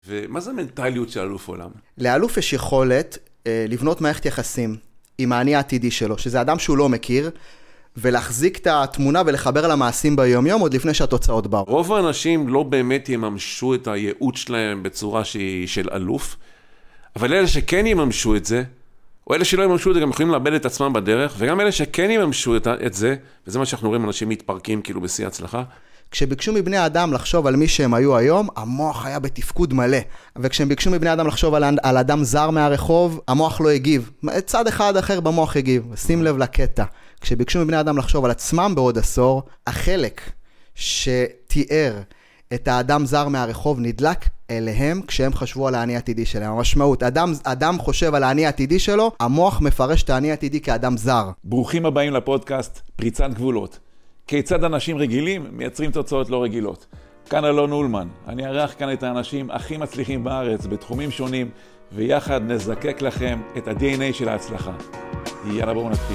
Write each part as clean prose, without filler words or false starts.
ומה זה מנטליות של אלוף עולם? לאלוף יש יכולת לבנות מערכת יחסים עם האני העתידי שלו, שזה אדם שהוא לא מכיר, ולהחזיק את התמונה ולחבר למעשים ביום יום, עוד לפני שהתוצאות באו. רוב האנשים לא באמת יממשו את הייעוד שלהם בצורה שהיא של אלוף, אבל אלה שכן יממשו את זה, או אלה שלא יממשו את זה גם יכולים לאבד את עצמם בדרך, וגם אלה שכן יממשו את זה, וזה מה שאנחנו רואים, אנשים מתפרקים כאילו בשיא הצלחה. כשביקשו מבני האדם לחשוב על מי שהם היו היום, המוח היה בתפקוד מלא. וכשהם ביקשו מבני האדם לחשוב על אדם זר מהרחוב, המוח לא הגיב. צד אחד אחר במוח הגיב. שים לב לקטע. כשביקשו מבני האדם לחשוב על עצמם בעוד עשור, החלק שתיאר את האדם זר מהרחוב נדלק אליהם כשהם חשבו על האני העתידי שלהם. המשמעות, אדם חושב על האני העתידי שלו, המוח מפרש את האני העתידי כאדם זר. ברוכים הבאים לפודקאסט פריצת גבולות. כיצד אנשים רגילים מייצרים תוצאות לא רגילות. כאן אלון אולמן. אני ארח כאן את האנשים הכי מצליחים בארץ בתחומים שונים, ויחד נזקק לכם את ה-DNA של ההצלחה. יאללה, בואו נתחיל.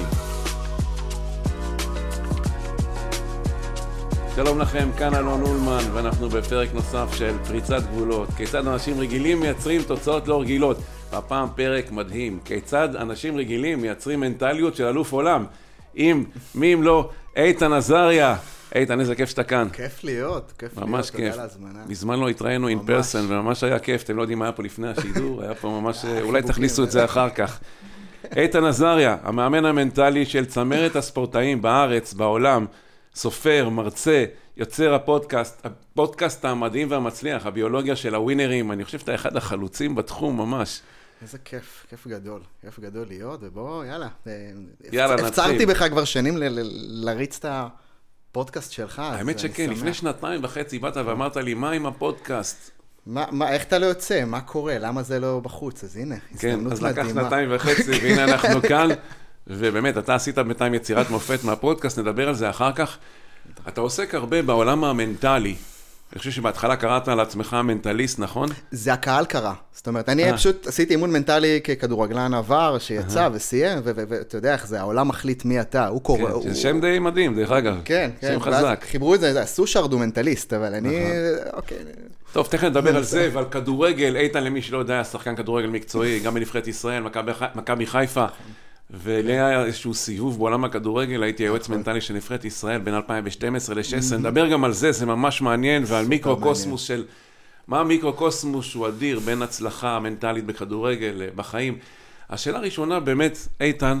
שלום לכם, כאן אלון אולמן, ואנחנו בפרק נוסף של פריצת גבולות. כיצד אנשים רגילים מייצרים תוצאות לא רגילות. והפעם פרק מדהים. כיצד אנשים רגילים מייצרים מנטליות של אלוף עולם. מי אם לא, איתן עזריה. איתן, איזה כיף שאתה כאן. כיף להיות, כיף להיות. ממש כיף. מזמן לא התראינו in person, וממש היה כיף. אתם לא יודעים מה היה פה לפני השידור, היה פה ממש, אולי תכניסו את זה אחר כך. איתן עזריה, המאמן המנטלי של צמרת הספורטאים בארץ, בעולם, סופר, מרצה, יוצר הפודקאסט המדהים והמצליח, הביולוגיה של הווינרים. אני חושב שאתה אחד החלוצים בתחום ממש. איזה כיף, כיף גדול להיות, ובוא, יאללה. יאללה, נתחיל. הפצרתי בך כבר שנים להריץ את הפודקאסט שלך. האמת שכן, לפני 2.5 באת ואמרת לי, מה עם הפודקאסט? איך אתה לא יוצא? מה קורה? למה זה לא בחוץ? אז הנה, כן, אז לקח 2.5 והנה אנחנו כאן, ובאמת, אתה עשית בינתיים יצירת מופת מהפודקאסט, נדבר על זה אחר כך. אתה עוסק הרבה בעולם המנטלי. אני חושב שבהתחלה קראת על עצמך מנטליסט, נכון? זה הקהל קרא. זאת אומרת, אני פשוט עשיתי אימון מנטלי ככדורגלן עבר, שיצא וסיים, ואתה יודע איך זה, העולם מחליט מי אתה, הוא קורא. זה שם די מדהים, דרך אגב. כן, כן. שם חזק. חיברו את זה, סושארד הוא מנטליסט, אבל אני, אוקיי. טוב, תכף נדבר על זה ועל כדורגל. איתן, למי שלא יודע, שחקן כדורגל מקצועי, גם בנבחרת ישראל, מכבי חיפה. ולי היה איזשהו סיבוב בעולם הכדורגל, הייתי היועץ מנטלי של נבחרת ישראל בין 2012 ל-2016, נדבר גם על זה, זה ממש מעניין, ועל מיקרוקוסמוס של, מה המיקרוקוסמוס שהוא אדיר בין הצלחה מנטלית בכדורגל, בחיים. השאלה הראשונה באמת, איתן,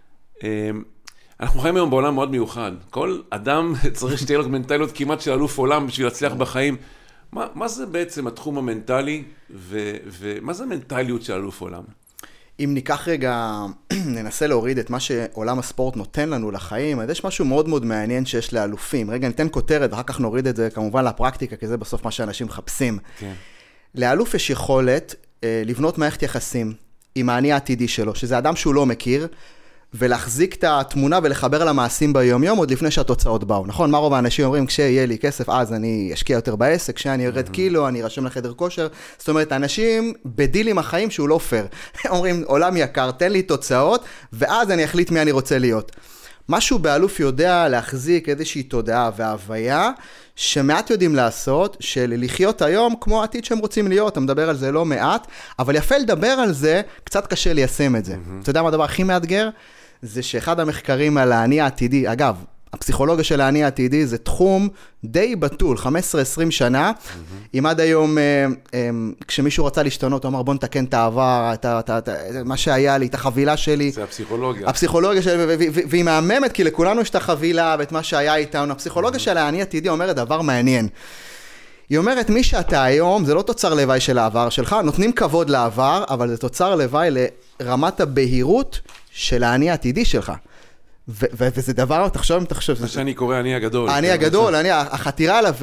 אנחנו חיים היום בעולם מאוד מיוחד, כל אדם צריך שתהיה לו מנטליות כמעט של אלוף עולם בשביל להצליח בחיים. מה זה בעצם התחום המנטלי, ומה זה מנטליות של אלוף עולם? אם ניקח רגע, ננסה להוריד את מה שעולם הספורט נותן לנו לחיים, אז יש משהו מאוד מאוד מעניין שיש לאלופים. רגע, ניתן כותרת, ואחר כך נוריד את זה כמובן לפרקטיקה, כי זה בסוף מה שאנשים מחפשים. כן. לאלוף יש יכולת לבנות מערכת יחסים עם האני העתידי שלו, שזה אדם שהוא לא מכיר, ולהחזיק את התמונה ולחבר למעשים ביום יום, עוד לפני שהתוצאות באו. נכון? מה רוב האנשים אומרים, כשיהיה לי כסף, אז אני אשקיע יותר בעסק, כשאני ארד קילו, אני ארשם לחדר כושר. זאת אומרת, האנשים בדיל עם החיים שהוא לא פייר. אומרים, עולם יקר, תן לי תוצאות, ואז אני אחליט מי אני רוצה להיות. משהו באלוף יודע להחזיק איזושהי תודעה וההוויה, שמעט יודעים לעשות, של לחיות היום כמו העתיד שהם רוצים להיות. אתה מדבר על זה לא מעט, אבל יפה לדבר על זה, קצת קשה ליישם את זה. אתה יודע מה הדבר הכי מאתגר? זה שאחד המחקרים על האני העתידי, אגב, הפסיכולוגיה של האני העתידי זה תחום די בטול, 15-20 שנה, אם עד היום, כשמישהו רצה להשתנות, הוא אמר בוא נתקן את העבר, מה שהיה לי, את החבילה שלי. זה הפסיכולוגיה. הפסיכולוגיה שלי, והיא מהממת, כי לכולנו יש את החבילה ואת מה שהיה איתנו. הפסיכולוגיה של האני העתידי אומרת דבר מעניין. היא אומרת, מי שאתה היום, זה לא תוצר לוואי של העבר שלך, נותנים כבוד לעבר, אבל זה תוצר לוואי לרמת הבהירות של האני העתידי שלך. וזה דבר, תחשוב אם תחשוב. מה שאני קורא, אני הגדול. אני הגדול, החתירה עליו,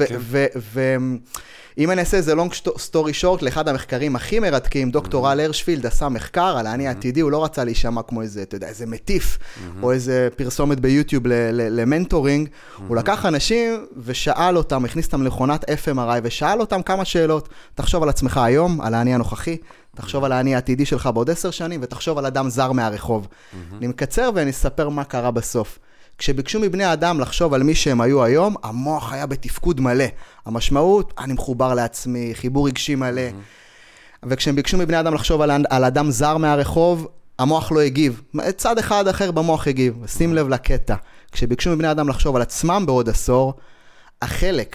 ואם אני אעשה איזה long story short, לאחד המחקרים הכי מרתקים, דוקטור אל הרשפילד עשה מחקר על האני העתידי, הוא לא רצה להישמע כמו איזה, אתה יודע, איזה מטיף, או איזה פרסומת ביוטיוב למנטורינג, הוא לקח אנשים ושאל אותם, הכניס אותם למכונת FMRI, ושאל אותם כמה שאלות, תחשוב על עצמך היום, על האני הנוכחי, תחשוב על האני העתידי שלך בעוד 10 שנים, ותחשוב על אדם זר מהרחוב. אני מקצר ואני אספר מה קרה בסוף. כשביקשו מבני האדם לחשוב על מי שהם היו היום, המוח היה בתפקוד מלא. המשמעות, אני מחובר לעצמי, חיבור רגשי מלא. וכשהם ביקשו מבני אדם לחשוב על אדם זר מהרחוב, המוח לא הגיב. צד אחד אחר במוח הגיב. שים לב לקטע. כשביקשו מבני אדם לחשוב על עצמם בעוד עשור, החלק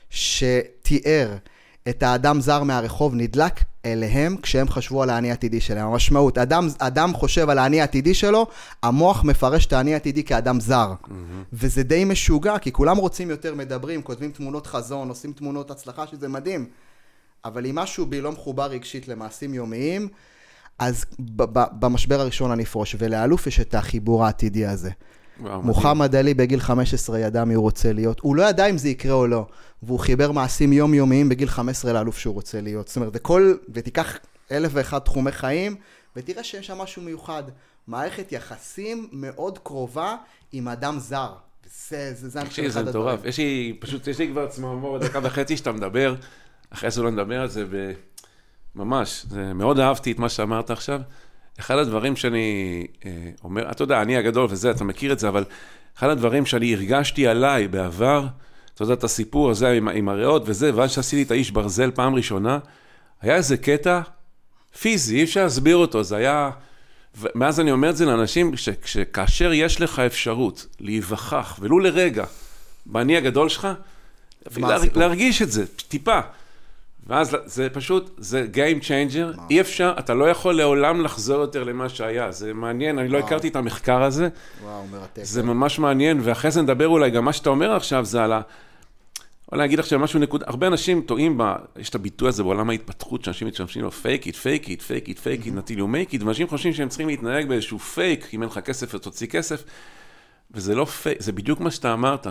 שתיאר את האדם זר מהרחוב נדלק אליהם כשהם חשבו על העני העתידי שלהם. המשמעות, אדם חושב על העני העתידי שלו, המוח מפרש את העני העתידי כאדם זר. וזה די משוגע, כי כולם רוצים יותר, מדברים, כותבים תמונות חזון, עושים תמונות הצלחה, שזה מדהים. אבל אם משהו בי לא מחובר רגשית למעשים יומיים, אז במשבר הראשון אני אפרוש, ולאלוף יש את החיבור העתידי הזה. מוחמד עלי בגיל 15 ידע מי הוא רוצה להיות. הוא לא ידע אם זה יקרה או לא, והוא חיבר מעשים יומיומיים בגיל 15 לאלוף שהוא רוצה להיות. זאת אומרת, ותיקח 1001 תחומי חיים, ותראה שיש שם משהו מיוחד. מערכת יחסים מאוד קרובה עם אדם זר. זה אחד הדברים. יש לי כבר צמרמורת דקה וחצי שאתה מדבר, אחרי זה לא נדבר על זה, ממש, מאוד אהבתי את מה שאמרת עכשיו. אחד הדברים שאני אומר, אתה יודע, אני הגדול וזה, אתה מכיר את זה, אבל אחד הדברים שאני הרגשתי עליי בעבר, אתה יודע, את הסיפור הזה עם הריאות וזה, ואז שעשיתי את האיש ברזל פעם ראשונה, היה איזה קטע פיזי, אי אפשר להסביר אותו, זה היה, מאז אני אומר את זה לאנשים, שכאשר יש לך אפשרות להיווכח, ולו לרגע, באני הגדול שלך, להרגיש את זה, טיפה. ואז זה פשוט, זה game changer, אי אפשר, אתה לא יכול לעולם לחזור יותר למה שהיה, זה מעניין, אני לא הכרתי את המחקר הזה, זה ממש מעניין, ואחרי זה נדבר אולי, גם מה שאתה אומר עכשיו, זה על אולי אגיד עכשיו משהו נקודה, הרבה אנשים טועים יש את הביטוי הזה בעולם ההתפתחות, שאנשים מתשמשים לו fake it, fake it, fake it, fake it, until you make it, ואנשים חושבים שהם צריכים להתנהג באיזשהו fake, אם אין לך כסף ותוציא כסף, וזה לא fake, זה בדיוק מה שאתה אמרת,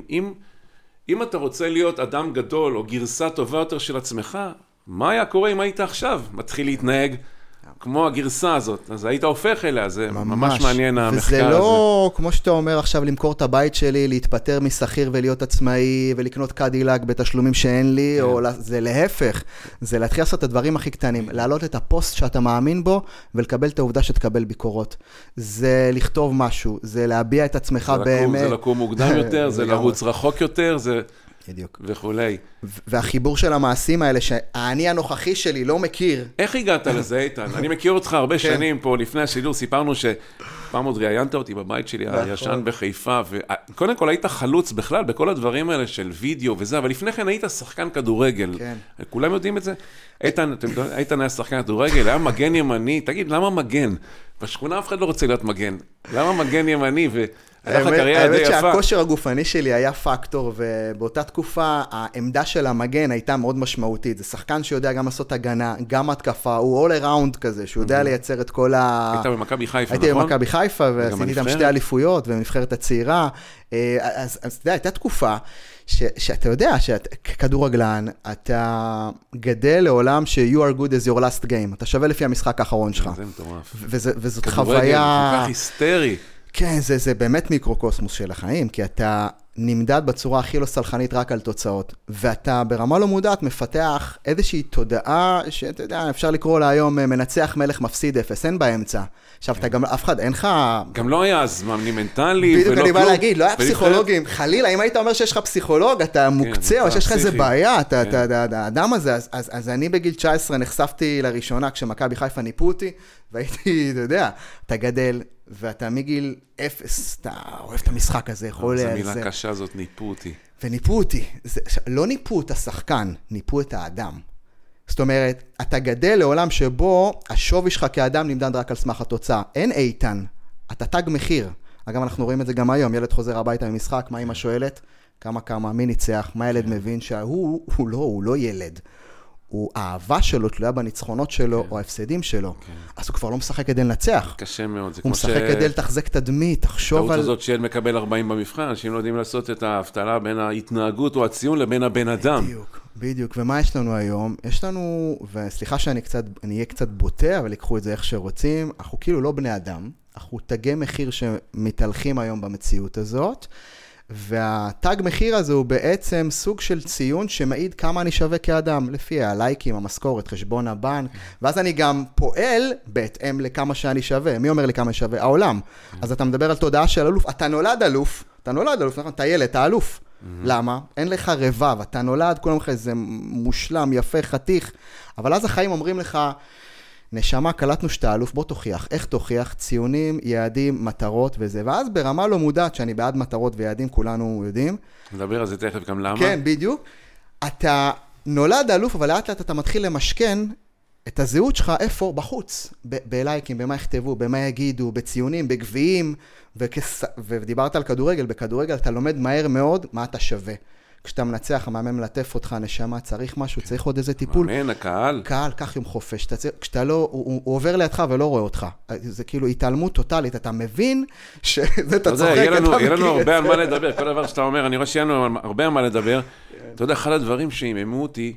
אם אתה רוצה להיות אדם גדול או גרסה טובה יותר של עצמך, מה היה קורה אם היית עכשיו מתחיל להתנהג כמו הגרסה הזאת? אז היית הופך אליה, זה ממש מעניין המחקר הזה. וזה לא, כמו שאתה אומר עכשיו, למכור את הבית שלי, להתפטר משכיר ולהיות עצמאי, ולקנות קדילק בתשלומים שאין לי, או זה להפך. זה להתחיל לעשות את הדברים הכי קטנים, להעלות את הפוסט שאתה מאמין בו, ולקבל את העובדה שתקבל ביקורות. זה לכתוב משהו, זה להביע את עצמך באמת. זה לקום מוקדם יותר, זה לרוץ רחוק יותר, זה וכולי. והחיבור של המעשים האלה, שהאני הנוכחי שלי לא מכיר. איך הגעת לזה, איתן? אני מכיר אותך הרבה שנים פה, לפני השידור, סיפרנו שפעם עוד ראיינת אותי בבית שלי, הישן בחיפה, וקודם כל היית חלוץ בכלל, בכל הדברים האלה של וידאו וזה, אבל לפני כן היית שחקן כדורגל. כולם יודעים את זה? איתן היה שחקן כדורגל, היה מגן ימני, תגיד, למה מגן? בשכונה אף אחד לא רוצה להיות מגן. למה מגן ימני? האמת שהכושר הגופני שלי היה פקטור, ובאותה תקופה העמדה של המגן הייתה מאוד משמעותית. זה שחקן שיודע גם לעשות הגנה, גם התקפה, הוא all around כזה, שהוא יודע לייצר את כל היית במכבי חיפה, נכון? הייתי במכבי חיפה, ועשיתי איתם 2 אליפויות, ובנבחרת הצעירה. אז אתה יודע, הייתה תקופה שאתה יודע, ככדורגלן, אתה גדל לעולם ש-you are good as your last game. אתה שווה לפי המשחק האחרון שלך. זה מטורף. וזאת חוויה... כל כך היסטרי. כן, זה באמת מיקרוקוסמוס של החיים, כי אתה נמדד בצורה הכי לא סלחנית רק על תוצאות, ואתה ברמה לא מודעת מפתח איזושהי תודעה, שאתה יודע, אפשר לקרוא לה היום מנצח מלך מפסיד 0, אין באמצע. עכשיו, אתה גם, אף אחד, אין לך... גם לא היה זמני מנטלי, בדיוק אני בא להגיד, לא היה פסיכולוגים. חלילה, אם היית אומר שיש לך פסיכולוג, אתה מוקצה, או שיש לך איזה בעיה, האדם הזה, אז אני בגיל 19 נחשפתי לראשונה, כשמכבי חיפה ניפו אותי, והייתי, אתה יודע, אתה גדל, ואתה מגיל 0, אתה אוהב את המשחק הזה, יכול... זו מילה קשה זאת, ניפו אותי. וניפו אותי. לא ניפו את השחקן, ניפו את האדם. זאת אומרת, אתה גדל לעולם שבו השווי שלך כאדם נמדד רק על סמך התוצאה. אין איתן, אתה תג מחיר. אגב, אנחנו רואים את זה גם היום, ילד חוזר הביתה ממשחק, מה אמא שואלת? כמה, מי ניצח? מה ילד מבין שהוא לא ילד. האהבה שלו תלויה בניצחונות שלו או ההפסדים שלו. אז הוא כבר לא משחק כדי לנצח. קשה מאוד. הוא משחק כדי לתחזק תדמית, תחשוב על... טעות הזאת שילד מקבל 40 במבחן, אנשים לא יודעים לעשות את ההבטלה בין ההתנהגות או הציון לבין הבן אדם. בדיוק. ומה יש לנו היום? יש לנו, וסליחה שאני אהיה קצת בוטה, אבל יקחו את זה איך שרוצים, אנחנו כאילו לא בני אדם, אנחנו תגי מחיר שמתהלכים היום במציאות הזאת, והתג מחיר הזה הוא בעצם סוג של ציון שמעיד כמה אני שווה כאדם, לפי הלייקים, המשכורת, חשבון הבנק, ואז אני גם פועל בהתאם לכמה שאני שווה. מי אומר לי כמה שווה? העולם. אז אתה מדבר על תודעה של אלוף, אתה נולד אלוף, נכון? אתה ילד, אתה אלוף. למה? אין לך רבב, אתה נולד, כולם לך איזה מושלם, יפה, חתיך, אבל אז החיים אומרים לך, נשמה, קלטנו שאתה אלוף, בוא תוכיח. איך תוכיח? ציונים, יעדים, מטרות וזה. ואז ברמה לא מודעת, שאני בעד מטרות ויעדים, כולנו יודעים. נדבר על זה תכף גם למה. כן, בדיוק. אתה נולד אלוף, אבל לאט לאט אתה מתחיל למשכן את הזהות שלך, איפה? בחוץ. בלייקים, במה יכתבו, במה יגידו, בציונים, בגביעים, ודיברת על כדורגל. בכדורגל אתה לומד מהר מאוד מה אתה שווה. כשאתה מנצח, המאמן מלטף אותך, נשמה, צריך משהו, צריך עוד איזה טיפול. מאמן, הקהל. קהל, קח יום חופש. כשאתה לא, הוא עובר לידך ולא רואה אותך. זה כאילו התעלמות טוטלית, אתה מבין שזה אתה צוחק, יהיה לנו הרבה על מה לדבר. כל דבר שאתה אומר, אני רואה שיהיה לנו הרבה על מה לדבר. אתה יודע, אחד הדברים שהיממו אותי,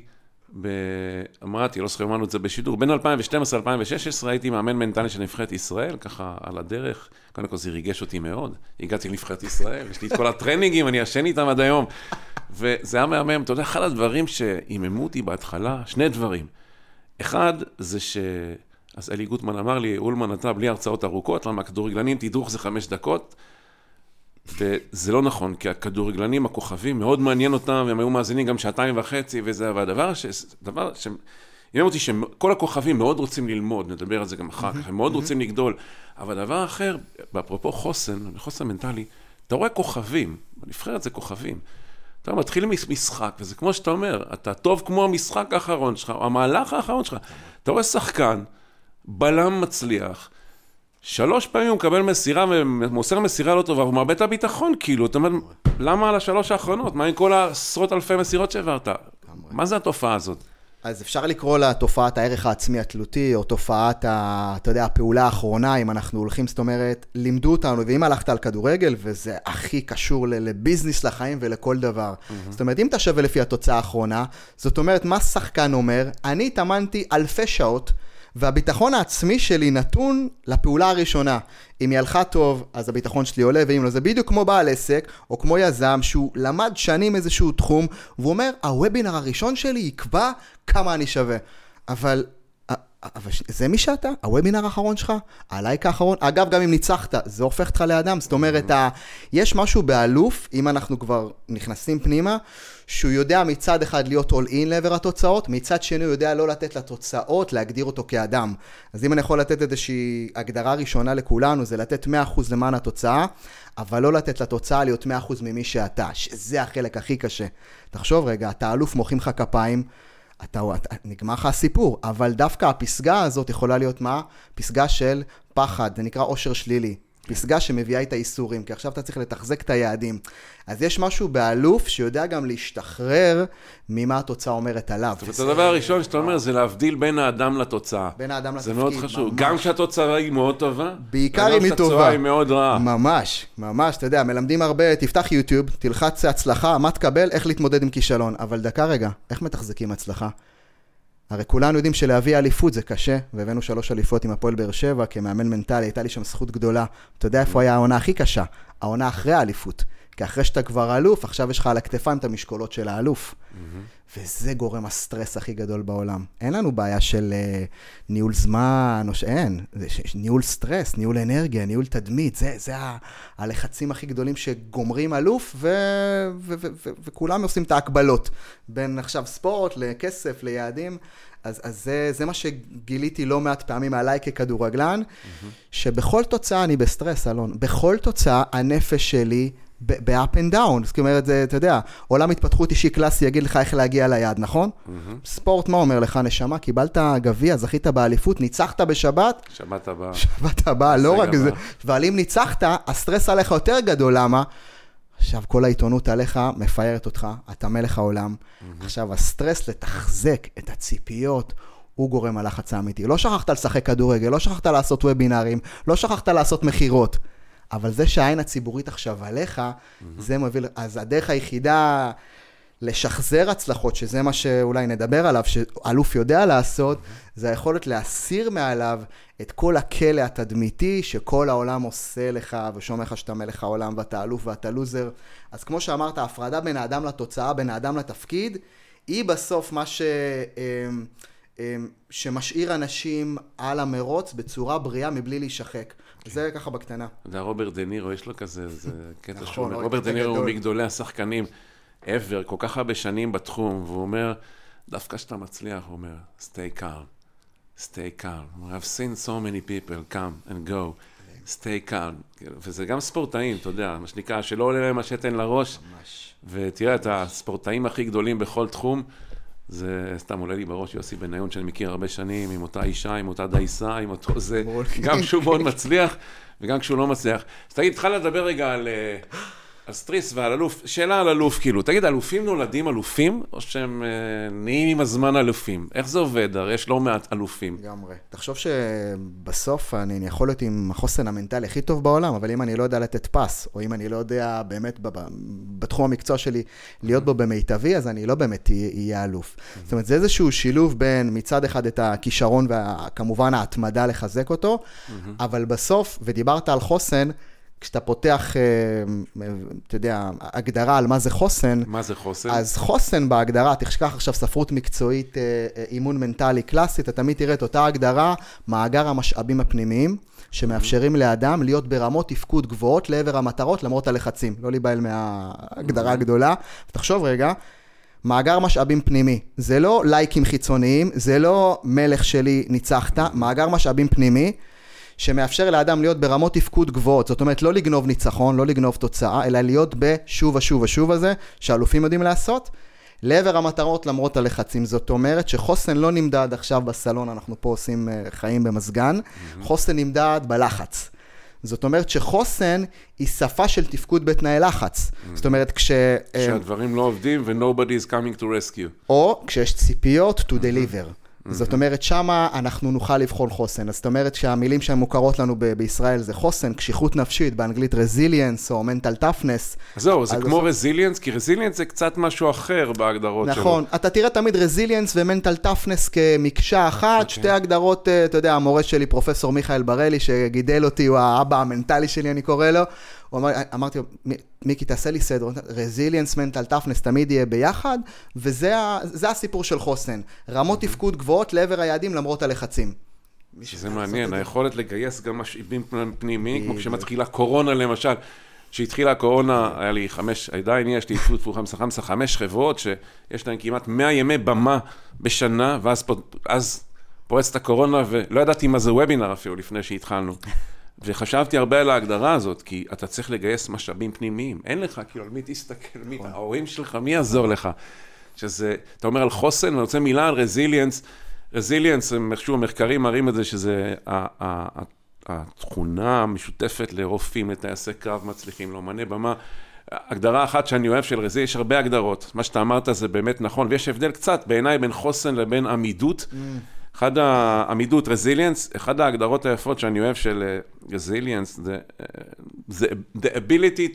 אמרתי, לא זוכר, אמרנו את זה בשידור, בין 2012-2016 הייתי מאמן מנטלי של נבחרת ישראל, ככה על הדרך, קודם כל זה ריגש אותי מאוד, הגעתי לנבחרת ישראל, יש לי את כל הטרנינגים, אני ישן איתם עד היום, וזה היה מהמם, אתה יודע, אחד הדברים שהיממו אותי בהתחלה, שני דברים, אחד זה אז אלי גוטמן אמר לי, אולמן אתה בלי הרצאות ארוכות, למה הכדורגלנים תדרוך זה 5 דקות, וזה לא נכון, כי הכדורגלנים, הכוכבים, מאוד מעניין אותם, והם היו מאזינים גם 2.5 וזה, והדבר עניין אותי שכל הכוכבים מאוד רוצים ללמוד, נדבר על זה גם אחר כך, הם מאוד רוצים לגדול, אבל דבר אחר, באפרופו חוסן מנטלי, אתה רואה כוכבים, בנבחרת זה כוכבים, אתה מתחיל משחק, וזה כמו שאתה אומר, אתה טוב כמו המשחק האחרון שלך, או המהלך האחרון שלך, אתה רואה שחקן, בלם מצליח, 3 פעמים הוא מקבל מסירה ומוסר מסירה לא טובה, הוא מאבד את הביטחון, כאילו, אתה אומר, למה על 3 האחרונות? מה עם כל עשרות אלפי מסירות שעברת? מה זה התופעה הזאת? אז אפשר לקרוא לה תופעת הערך העצמי התלותי, או תופעת, אתה יודע, הפעולה האחרונה, אם אנחנו הולכים, זאת אומרת, לימדו אותנו, ואם הלכת על כדורגל, וזה הכי קשור לביזנס לחיים ולכל דבר. זאת אומרת, אם אתה שווה לפי התוצאה האחרונה, זאת אומרת, מה שחקן אומר? אני התאמנתי אלפי שעות, והביטחון העצמי שלי נתון לפעולה הראשונה. אם היא הלכה טוב, אז הביטחון שלי עולה, ואם לא, זה בדיוק כמו בעל עסק, או כמו יזם, שהוא למד שנים איזשהו תחום, והוא אומר, הוובינר הראשון שלי יקבע כמה אני שווה. אבל זה מי שאתה? הוובינר האחרון שלך? הלייק האחרון? אגב, גם אם ניצחת, זה הופך אותך לאדם. זאת אומרת, יש משהו באלוף, אם אנחנו כבר נכנסים פנימה, שהוא יודע מצד אחד להיות all in לעבר התוצאות, מצד שני הוא יודע לא לתת לתוצאות, להגדיר אותו כאדם. אז אם אני יכול לתת איזושהי הגדרה ראשונה לכולנו, זה לתת 100% למען התוצאה, אבל לא לתת לתוצאה להיות 100% ממי שאתה, שזה החלק הכי קשה. תחשוב רגע, אתה אלוף, מוחאים לך כפיים, נגמר לך הסיפור, אבל דווקא הפסגה הזאת יכולה להיות מה? פסגה של פחד, זה נקרא עושר שלילי. פסגה שמביאה את האיסורים, כי עכשיו אתה צריך לתחזק את היעדים. אז יש משהו באלוף שיודע גם להשתחרר ממה התוצאה אומרת עליו. זאת אומרת, הדבר הראשון שאתה אומר זה להבדיל בין האדם לתוצאה. בין האדם לתפקיד. זה מאוד חשוב. גם כשהתוצאה היא מאוד טובה, בעיקר אם היא טובה. גם כשהתוצאה היא מאוד רעה. ממש, ממש, אתה יודע, מלמדים הרבה, תפתח יוטיוב, תלחץ הצלחה, מה תקבל, איך להתמודד עם כישלון. אבל דקה רגע, איך מתחזקים הצלחה? הרי כולנו יודעים שלהביא אליפות זה קשה, והבאנו 3 אליפות עם הפועל באר שבע, כמאמן מנטלי, הייתה לי שם זכות גדולה. אתה יודע איפה היה העונה הכי קשה? העונה אחרי האליפות. כי אחרי שאתה כבר אלוף, עכשיו יש לך על הכתפיים את המשקולות של האלוף. וזה גורם הסטרס הכי גדול בעולם. אין לנו בעיה של ניהול זמן, אין. ניהול סטרס, ניהול אנרגיה, ניהול תדמית. זה הלחצים הכי גדולים שגומרים אלוף, וכולם עושים את ההקבלות. בין עכשיו ספורט, לכסף, ליעדים. אז זה מה שגיליתי לא מעט פעמים עליי ככדורגלן, שבכל תוצאה אני בסטרס, אלון. בכל תוצאה הנפש שלי ב-up and down, זאת אומרת, אתה יודע, עולם התפתחות אישי קלאסי יגיד לך איך להגיע ליעד, נכון? ספורט מה אומר לך, נשמה? קיבלת גביע, זכית באליפות, ניצחת בשבת? שבת הבאה. שבת הבאה, לא רק זה. אבל אם ניצחת, הסטרס עליך יותר גדול, למה? עכשיו, כל העיתונות עליך מפיירת אותך, אתה מלך העולם. עכשיו, הסטרס לתחזק את הציפיות, הוא גורם הלחץ האמיתי. לא שכחת לשחק כדורגל, לא שכחת לעשות וובינרים, לא שכחת לעשות מחירות. אבל זה שהעין הציבורית עכשיו עליך, זה מוביל, אז הדרך היחידה לשחזר הצלחות, שזה מה שאולי נדבר עליו, שאלוף יודע לעשות, זה היכולת להסיר מעליו את כל הכלא התדמיתי, שכל העולם עושה לך, ושומע לך שאתה מלך העולם, ואתה אלוף ואתה לוזר. אז כמו שאמרת, ההפרדה בין האדם לתוצאה, בין האדם לתפקיד, היא בסוף מה שמשאיר אנשים על המרוץ בצורה בריאה מבלי להישחק. זה ככה בקטנה. רוברט דנירו, יש לו כזה, זה קטע שהוא, רוברט דנירו הוא מגדולי השחקנים, ever, כל כך הרבה שנים בתחום, והוא אומר, דווקא שאתה מצליח, הוא אומר, stay calm, stay calm. I've seen so many people come and go, stay calm. וזה גם ספורטאים, אתה יודע, מה שנקרא, שלא עולה להם השתן לראש. ממש. ותראה, את הספורטאים הכי גדולים בכל תחום, זה סתם עולה לי בראש יוסי בניון, שאני מכיר הרבה שנים, עם אותה אישה, עם אותה דייסה, עם אותו זה, גם כשהוא מאוד מצליח, וגם כשהוא לא מצליח. אז תגיד, התחלת לדבר רגע על סטריס ועל אלוף, שאלה על אלוף, כאילו, תגיד, אלופים נולדים אלופים, או שהם נהיים עם הזמן אלופים? איך זה עובד? הרי יש לא מעט אלופים. לגמרי. תחשוב שבסוף אני יכול להיות עם החוסן המנטלי הכי טוב בעולם, אבל אם אני לא יודע לתת פס, או אם אני לא יודע באמת בתחום המקצוע שלי להיות בו במיטבי, אז אני לא באמת אהיה אלוף. זאת אומרת, זה איזשהו שילוב בין מצד אחד את הכישרון וכמובן ההתמדה לחזק אותו, אבל בסוף, ודיברת על חוסן, כשאתה פותח, אתה יודע, הגדרה על מה זה חוסן, מה זה חוסן? אז חוסן בהגדרה, תשכח עכשיו ספרות מקצועית, אימון מנטלי קלאסית, אתה תמיד תראה את אותה הגדרה, מאגר המשאבים הפנימיים, שמאפשרים לאדם להיות ברמות תפקוד גבוהות לעבר המטרות, למרות הלחצים. לא להיבהל מההגדרה הגדולה. ותחשוב רגע, מאגר משאבים פנימי, זה לא לייקים חיצוניים, זה לא מלך שלי ניצחת, מאגר משאבים פנימי, שמאפשר לאדם להיות ברמות תפקוד גבוהות, זאת אומרת לא לגנוב ניצחון, לא לגנוב תוצאה, אלא להיות בשוב ושוב ושוב הזה, שאלופים יודעים לעשות, לעבר המטרות למרות הלחצים. זאת אומרת שחוסן לא נמדד עכשיו בסלון, אנחנו פה עושים חיים במסגן, חוסן נמדד בלחץ. זאת אומרת שחוסן היא שפה של תפקוד בתנאי לחץ. זאת אומרת כשהדברים לא עובדים ו-nobody is coming to rescue. או כשיש ציפיות to deliver. זאת אומרת, שמה אנחנו נוכל לבחון חוסן. אז זאת אומרת שהמילים שהן מוכרות לנו בישראל זה חוסן, קשיחות נפשית, באנגלית resilience או mental toughness. זהו, זה כמו resilience, כי resilience זה קצת משהו אחר בהגדרות שלו. נכון, אתה תראה תמיד resilience ו-mental toughness כמקשה אחת, שתי הגדרות, אתה יודע, המורה שלי, פרופסור מיכאל ברלי, שגידל אותי, הוא האבא המנטלי שלי, אני קורא לו, אמרתי לו, מיקי, תעשה לי סדר, resilience, mental toughness, תמיד יהיה ביחד, וזה הסיפור של חוסן. רמות תפקוד גבוהות לעבר היעדים למרות הלחצים. שזה מעניין, היכולת לגייס גם משאבים פנימיים, כמו כשמתחילה קורונה למשל, כשהתחילה הקורונה, היה לי עדיין יש לי חמש חברות, שיש להן כמעט 100 ימי במה בשנה, ואז פורצת הקורונה, ולא ידעתי מה זה וובינר אפילו לפני שהתחלנו. וחשבתי הרבה על ההגדרה הזאת, כי אתה צריך לגייס משאבים פנימיים. אין לך, כאילו, על מי תסתכל, ההורים שלך, מי יעזור לך? שזה, אתה אומר על חוסן, אני רוצה מילה על רזיליאנס. רזיליאנס, איכשהו המחקרים מראים את זה, שזה התכונה המשותפת לרופאים, לטייסי קרב מצליחים, לאמני במה. הגדרה אחת שאני אוהב של רזיליאנס, יש הרבה הגדרות. מה שאתה אמרת זה באמת נכון, ויש הבדל קצת בעיניי בין חוסן לבין עמידות. אחד העמידות, resilience, אחד ההגדרות היפות שאני אוהב של resilience, זה the ability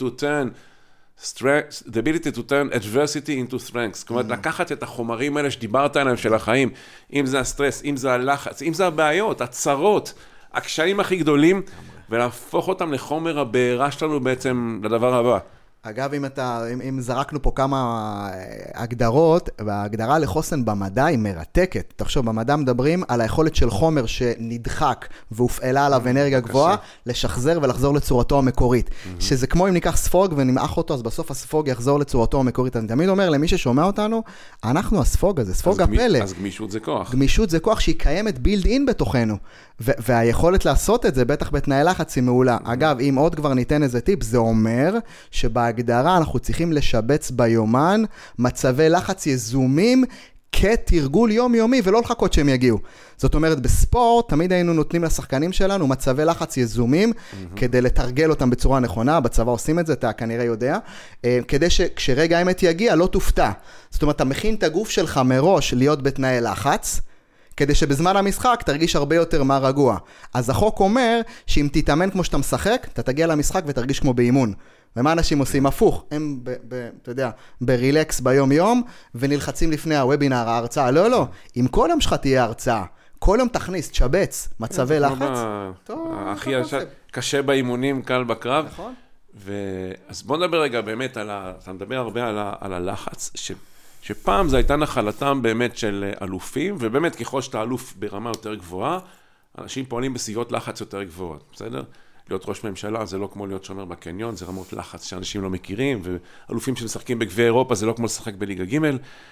to turn adversity into strength. זאת אומרת, לקחת את החומרים האלה שדיברת עליהם של החיים, אם זה הסטרס, אם זה הלחץ, אם זה הבעיות, הצרות, הקשיים הכי גדולים, ולהפוך אותם לחומר הבעירה שלנו בעצם לדבר הבא. אגב, אם זרקנו פה כמה הגדרות, וההגדרה לחוסן במדע היא מרתקת. תחשוב, במדע מדברים על היכולת של חומר שנדחק והופעלה עליו אנרגיה גבוהה, לשחזר ולחזור לצורתו המקורית. שזה כמו אם ניקח ספוג ונמעך אותו, אז בסוף הספוג יחזור לצורתו המקורית. אני תמיד אומר למי ששומע אותנו, אנחנו הספוג הזה, ספוג הפלא. אז גמישות זה כוח. גמישות זה כוח שהיא קיימת בילד אין בתוכנו. והיכולת לעשות את זה, בטח בתנאי לחץ, היא מעולה. אגב, אם עוד כבר ניתן איזה טיפ, זה אומר שבהגדרה אנחנו צריכים לשבץ ביומן מצבי לחץ יזומים כתרגול יומיומי, ולא לחכות שהם יגיעו. זאת אומרת, בספורט תמיד היינו נותנים לשחקנים שלנו מצבי לחץ יזומים, כדי לתרגל אותם בצורה נכונה, בצבא עושים את זה, אתה כנראה יודע, כדי שכשרגע האמת יגיע, לא תופתע. זאת אומרת, אתה מכין את הגוף שלך מראש להיות בתנאי לחץ, כדי שבזמן המשחק תרגיש הרבה יותר מה רגוע. אז החוק אומר שאם תתאמן כמו שאתה משחק, אתה תגיע למשחק ותרגיש כמו באימון. ומה אנשים עושים? הפוך. הם, אתה יודע, ברילקס ביום יום, ונלחצים לפני הוובינר, ההרצאה. לא, לא. אם כל יום שלך תהיה הרצאה, כל יום תכניס, תשבץ, מצבי לחץ. הכי קשה באימונים, קל בקרב. נכון. אז בוא נדבר רגע באמת אתה מדבר הרבה על הלחץ, שפעם זו הייתה נחלתם באמת של אלופים, ובאמת ככל שאתה אלוף ברמה יותר גבוהה, אנשים פועלים בסביבות לחץ יותר גבוהות, בסדר? להיות ראש ממשלה זה לא כמו להיות שומר בקניון, זה רמות לחץ שאנשים לא מכירים, ואלופים שמשחקים בגביע אירופה זה לא כמו לשחק בליגה ג'.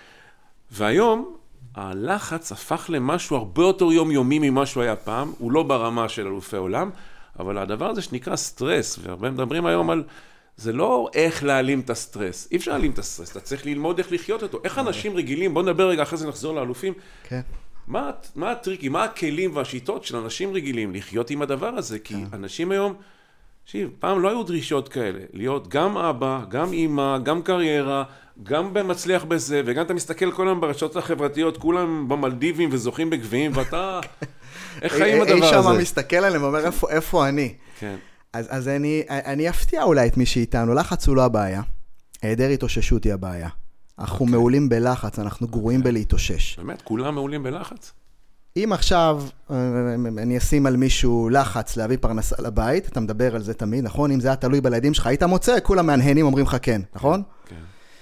והיום הלחץ הפך למשהו הרבה יותר יומיומי ממה שהוא היה פעם, הוא לא ברמה של אלופי עולם, אבל הדבר הזה שנקרא סטרס, והרבה מדברים היום על, זה לא איך להעלים את הסטרס, אי אפשר להעלים את הסטרס, אתה צריך ללמוד איך לחיות אותו, איך אנשים רגילים, בוא נדבר רגע אחרי זה נחזור לאלופים, כן. מה הטריקים, מה הכלים והשיטות של אנשים רגילים לחיות עם הדבר הזה, כי אנשים היום, פעם לא היו דרישות כאלה, להיות גם אבא, גם אמא, גם קריירה, גם מצליח בזה, וגם אתה מסתכל כל היום ברשתות החברתיות, כולם במלדיבים וזוכים בגביעים, ואתה, איך חיים הדבר הזה? איש שם מסתכל עליהם ואומר, איפה אני? כן. אז אני אפתיע אולי את מי שאיתנו, לחץ הוא לא הבעיה, היעדר התאוששות היא הבעיה. אנחנו מעולים בלחץ, אנחנו גרועים בלהתאושש. באמת, כולם מעולים בלחץ. אם עכשיו אני אשים על מישהו לחץ להביא פרנסה לבית, אתה מדבר על זה תמיד, נכון? אם זה היה תלוי בילדים שלך, היית מוצא, כולם מהנהנים אומרים לך כן, נכון? כן.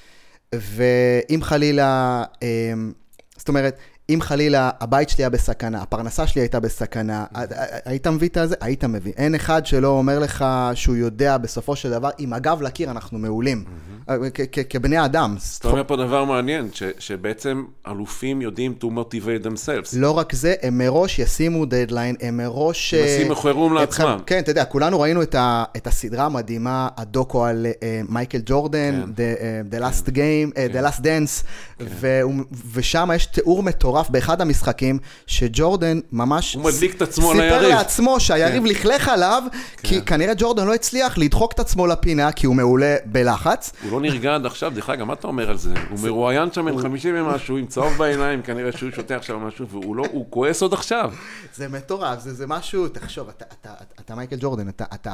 ואם חלילה, זאת אומרת, אם חלילה הבית שלי היה בסכנה, הפרנסה שלי הייתה בסכנה, היית מביא את זה? היית מביא. אין אחד שלא אומר לך שהוא יודע בסופו של דבר, עם הגב לקיר אנחנו מעולים, כבני אדם. אתה אומר פה דבר מעניין, שבעצם אלופים יודעים to motivate themselves. לא רק זה, הם מראש ישימו דדליין, הם מראש... ישימו חירום לעצמם. כן, אתה יודע, כולנו ראינו את הסדרה המדהימה, הדוקו על מייקל ג'ורדן, The Last Game, The Last Dance, ושם יש תיאור מטורף באחד המשחקים, שג'ורדן ממש... הוא מדליק את עצמו על סיפר היריב. לעצמו שהיריב לכלך עליו, כי כנראה ג'ורדן לא הצליח לדחוק את עצמו לפינה, כי הוא מעולה בלחץ. הוא לא נרגע עד עכשיו, דרך אגב, מה אתה אומר על זה? הוא מרואיין שם עם 50 ומשהו, עם צהוב בעיניים, כנראה שהוא שותה עכשיו משהו, והוא כועס עוד עכשיו. זה מטורף, זה משהו, תחשוב, אתה מייקל ג'ורדן, אתה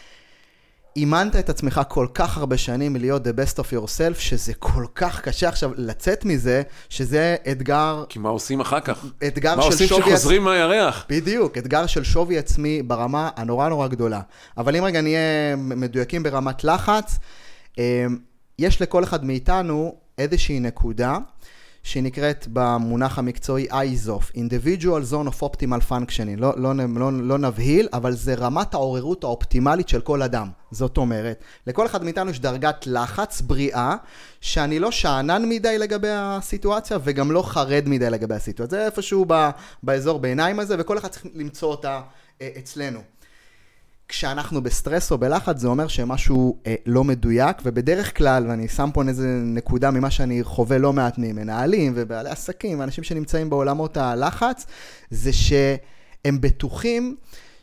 אימנת את עצמך כל כך הרבה שנים להיות the best of yourself, שזה כל כך קשה עכשיו לצאת מזה, שזה אתגר... כי מה עושים אחר כך? אתגר מה של עושים שווי... שחוזרים מהירח? בדיוק, אתגר של שווי עצמי ברמה הנורא נורא גדולה. אבל אם רגע נהיה מדויקים ברמת לחץ, יש לכל אחד מאיתנו איזושהי נקודה, שנקראת במונח המקצועי IZOF, Individual Zone of Optimal Functioning, לא נבהיל, אבל זה רמת העוררות האופטימלית של כל אדם. זאת אומרת, לכל אחד מאיתנו יש דרגת לחץ בריאה, שאני לא שענן מדי לגבי הסיטואציה, וגם לא חרד מדי לגבי הסיטואציה. זה איפשהו באזור בעיניים הזה, וכל אחד צריך למצוא אותה אצלנו. כשאנחנו בסטרס או בלחץ, זה אומר שמשהו לא מדויק, ובדרך כלל, ואני שם פה איזה נקודה ממה שאני חווה לא מעט ממנהלים ובעלי עסקים, ואנשים שנמצאים בעולמות הלחץ, זה שהם בטוחים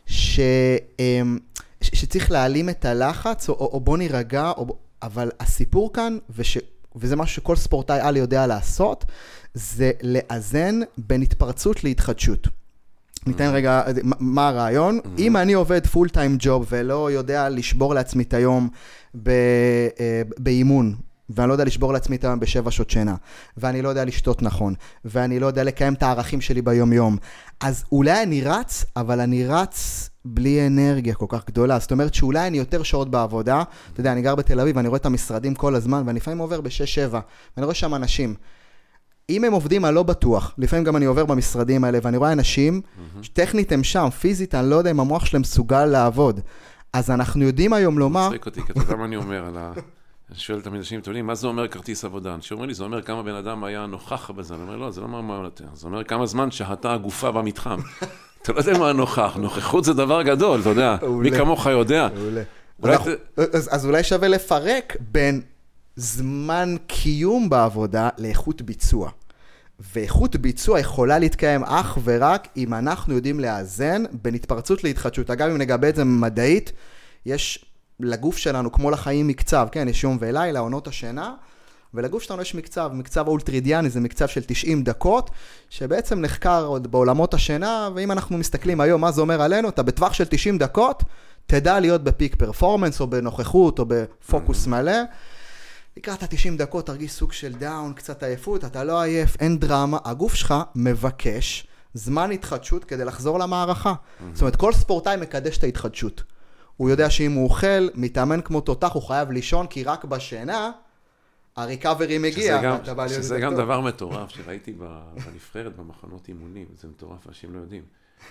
שצריך להעלים את הלחץ, או בוא נירגע, אבל הסיפור כאן, וזה משהו שכל ספורטאי על יודע לעשות, זה לאזן בין התפרצות להתחדשות. ניתן רגע, מה הרעיון? אם אני עובד פול טיים ג'וב ולא יודע לשבור לעצמי את היום באימון, ואני לא יודע לשבור לעצמי את היום ב7 שעות שינה, ואני לא יודע לשתות נכון, ואני לא יודע לקיים את הערכים שלי ביום יום, אז אולי אני רץ, אבל אני רץ בלי אנרגיה כל כך גדולה. זאת אומרת שאולי אני יותר שעות בעבודה, אתה יודע, אני גר בתל אביב, ואני רואה את המשרדים כל הזמן, ואני לפעמים עובר ב6-7, ואני רואה שם אנשים, אם הם עובדים, אני לא בטוח. לפעמים גם אני עובר במשרדים האלה, ואני רואה אנשים, טכנית הם שם, פיזית, אני לא יודע אם המוח שלהם מסוגל לעבוד. אז אנחנו יודעים היום לומר... מצחיק אותי, כי אתה יודע מה אני אומר, אני שואל תמיד אנשים, אתם יודעים, מה זה אומר כרטיס עבודה? אנשים אומרים לי, זה אומר כמה בן אדם היה נוכח בזה. אני אומר, לא, זה לא מה יותר. זה אומר כמה זמן שהתה הגופה במתחם. אתה לא יודע מה נוכח. נוכחות זה דבר גדול, אתה יודע. מי כמוך יודע. אז אולי שווה לפרק בין זמן קיום בעבודה לאיכות ביצוע. ואיכות ביצוע יכולה להתקיים אך ורק אם אנחנו יודעים לאזן בין התפרצות להתחדשות. אגב, אם נגבה את זה מדעית, יש לגוף שלנו, כמו לחיים מקצב, כן, יש יום ולילה, עונות השינה, ולגוף שלנו יש מקצב האולטרידיאני, זה מקצב של 90 דקות, שבעצם נחקר עוד בעולמות השינה, ואם אנחנו מסתכלים היום מה זה אומר עלינו, אתה בטווח של 90 דקות, תדע להיות בפיק פרפורמנס, או בנוכחות, או בפוקוס מלא, לקראת ה-90 דקות תרגיש סוג של דאון, קצת עייפות, אתה לא עייף, אין דרמה, הגוף שלך מבקש זמן התחדשות כדי לחזור למערכה. זאת אומרת, כל ספורטאי מקדש את ההתחדשות. הוא יודע שאם הוא אוכל, מתאמן כמו תותח, הוא חייב לישון, כי רק בשינה, הריקאברי מגיע. שזה גם דבר מטורף, שראיתי בנבחרת, במחנות אימונים, זה מטורף, אנשים לא יודעים.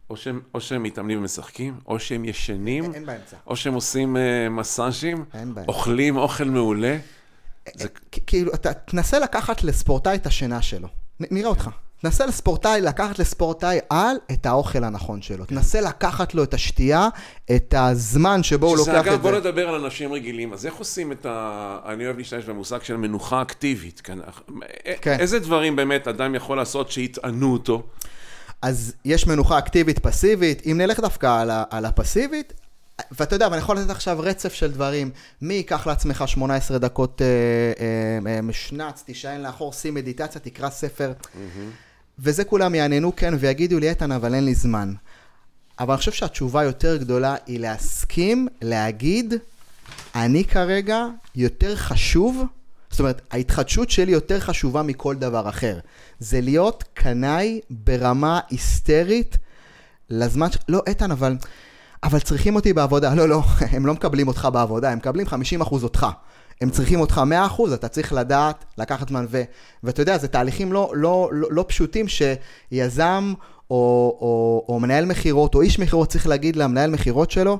או שהם מתאמנים ומשחקים, או שהם ישנים, אין באמצע. או שהם עושים מסאז'ים, אין באמצע. אוכלים אוכל מעולה. כאילו, אתה תנסה לקחת לספורטאי את השינה שלו. נראה אותך. תנסה לקחת לספורטאי על את האוכל הנכון שלו. תנסה לקחת לו את השתייה, את הזמן שבו הוא לוקח את זה. אגב, בוא נדבר על אנשים רגילים. אז איך עושים אני אוהב להשתמש במושג של מנוחה אקטיבית. כן. איזה דברים באמת אדם יכול לעשות שיטענו אותו? אז יש מנוחה אקטיבית, פסיבית. אם נלך דווקא על הפסיבית, ואתה יודע, ואני יכול לתת עכשיו רצף של דברים. מי ייקח לעצמך 18 דקות משנץ, תישען לאחור, שים מדיטציה, תקרא ספר. וזה כולם יעננו כן ויגידו לי, איתן, אבל אין לי זמן. אבל אני חושב שהתשובה יותר גדולה היא להסכים, להגיד, אני כרגע יותר חשוב, זאת אומרת, ההתחדשות שלי יותר חשובה מכל דבר אחר. זה להיות קנאי ברמה היסטרית לזמן לא, איתן, אבל צריכים אותי בעבודה. לא, הם לא מקבלים אותך בעבודה, הם מקבלים 50% אותך. הם צריכים אותך 100%, אתה צריך לדעת, לקחת זמן, ואתה יודע, זה תהליכים לא פשוטים שיזם או מנהל מחירות, או איש מחירות צריך להגיד למנהל מחירות שלו,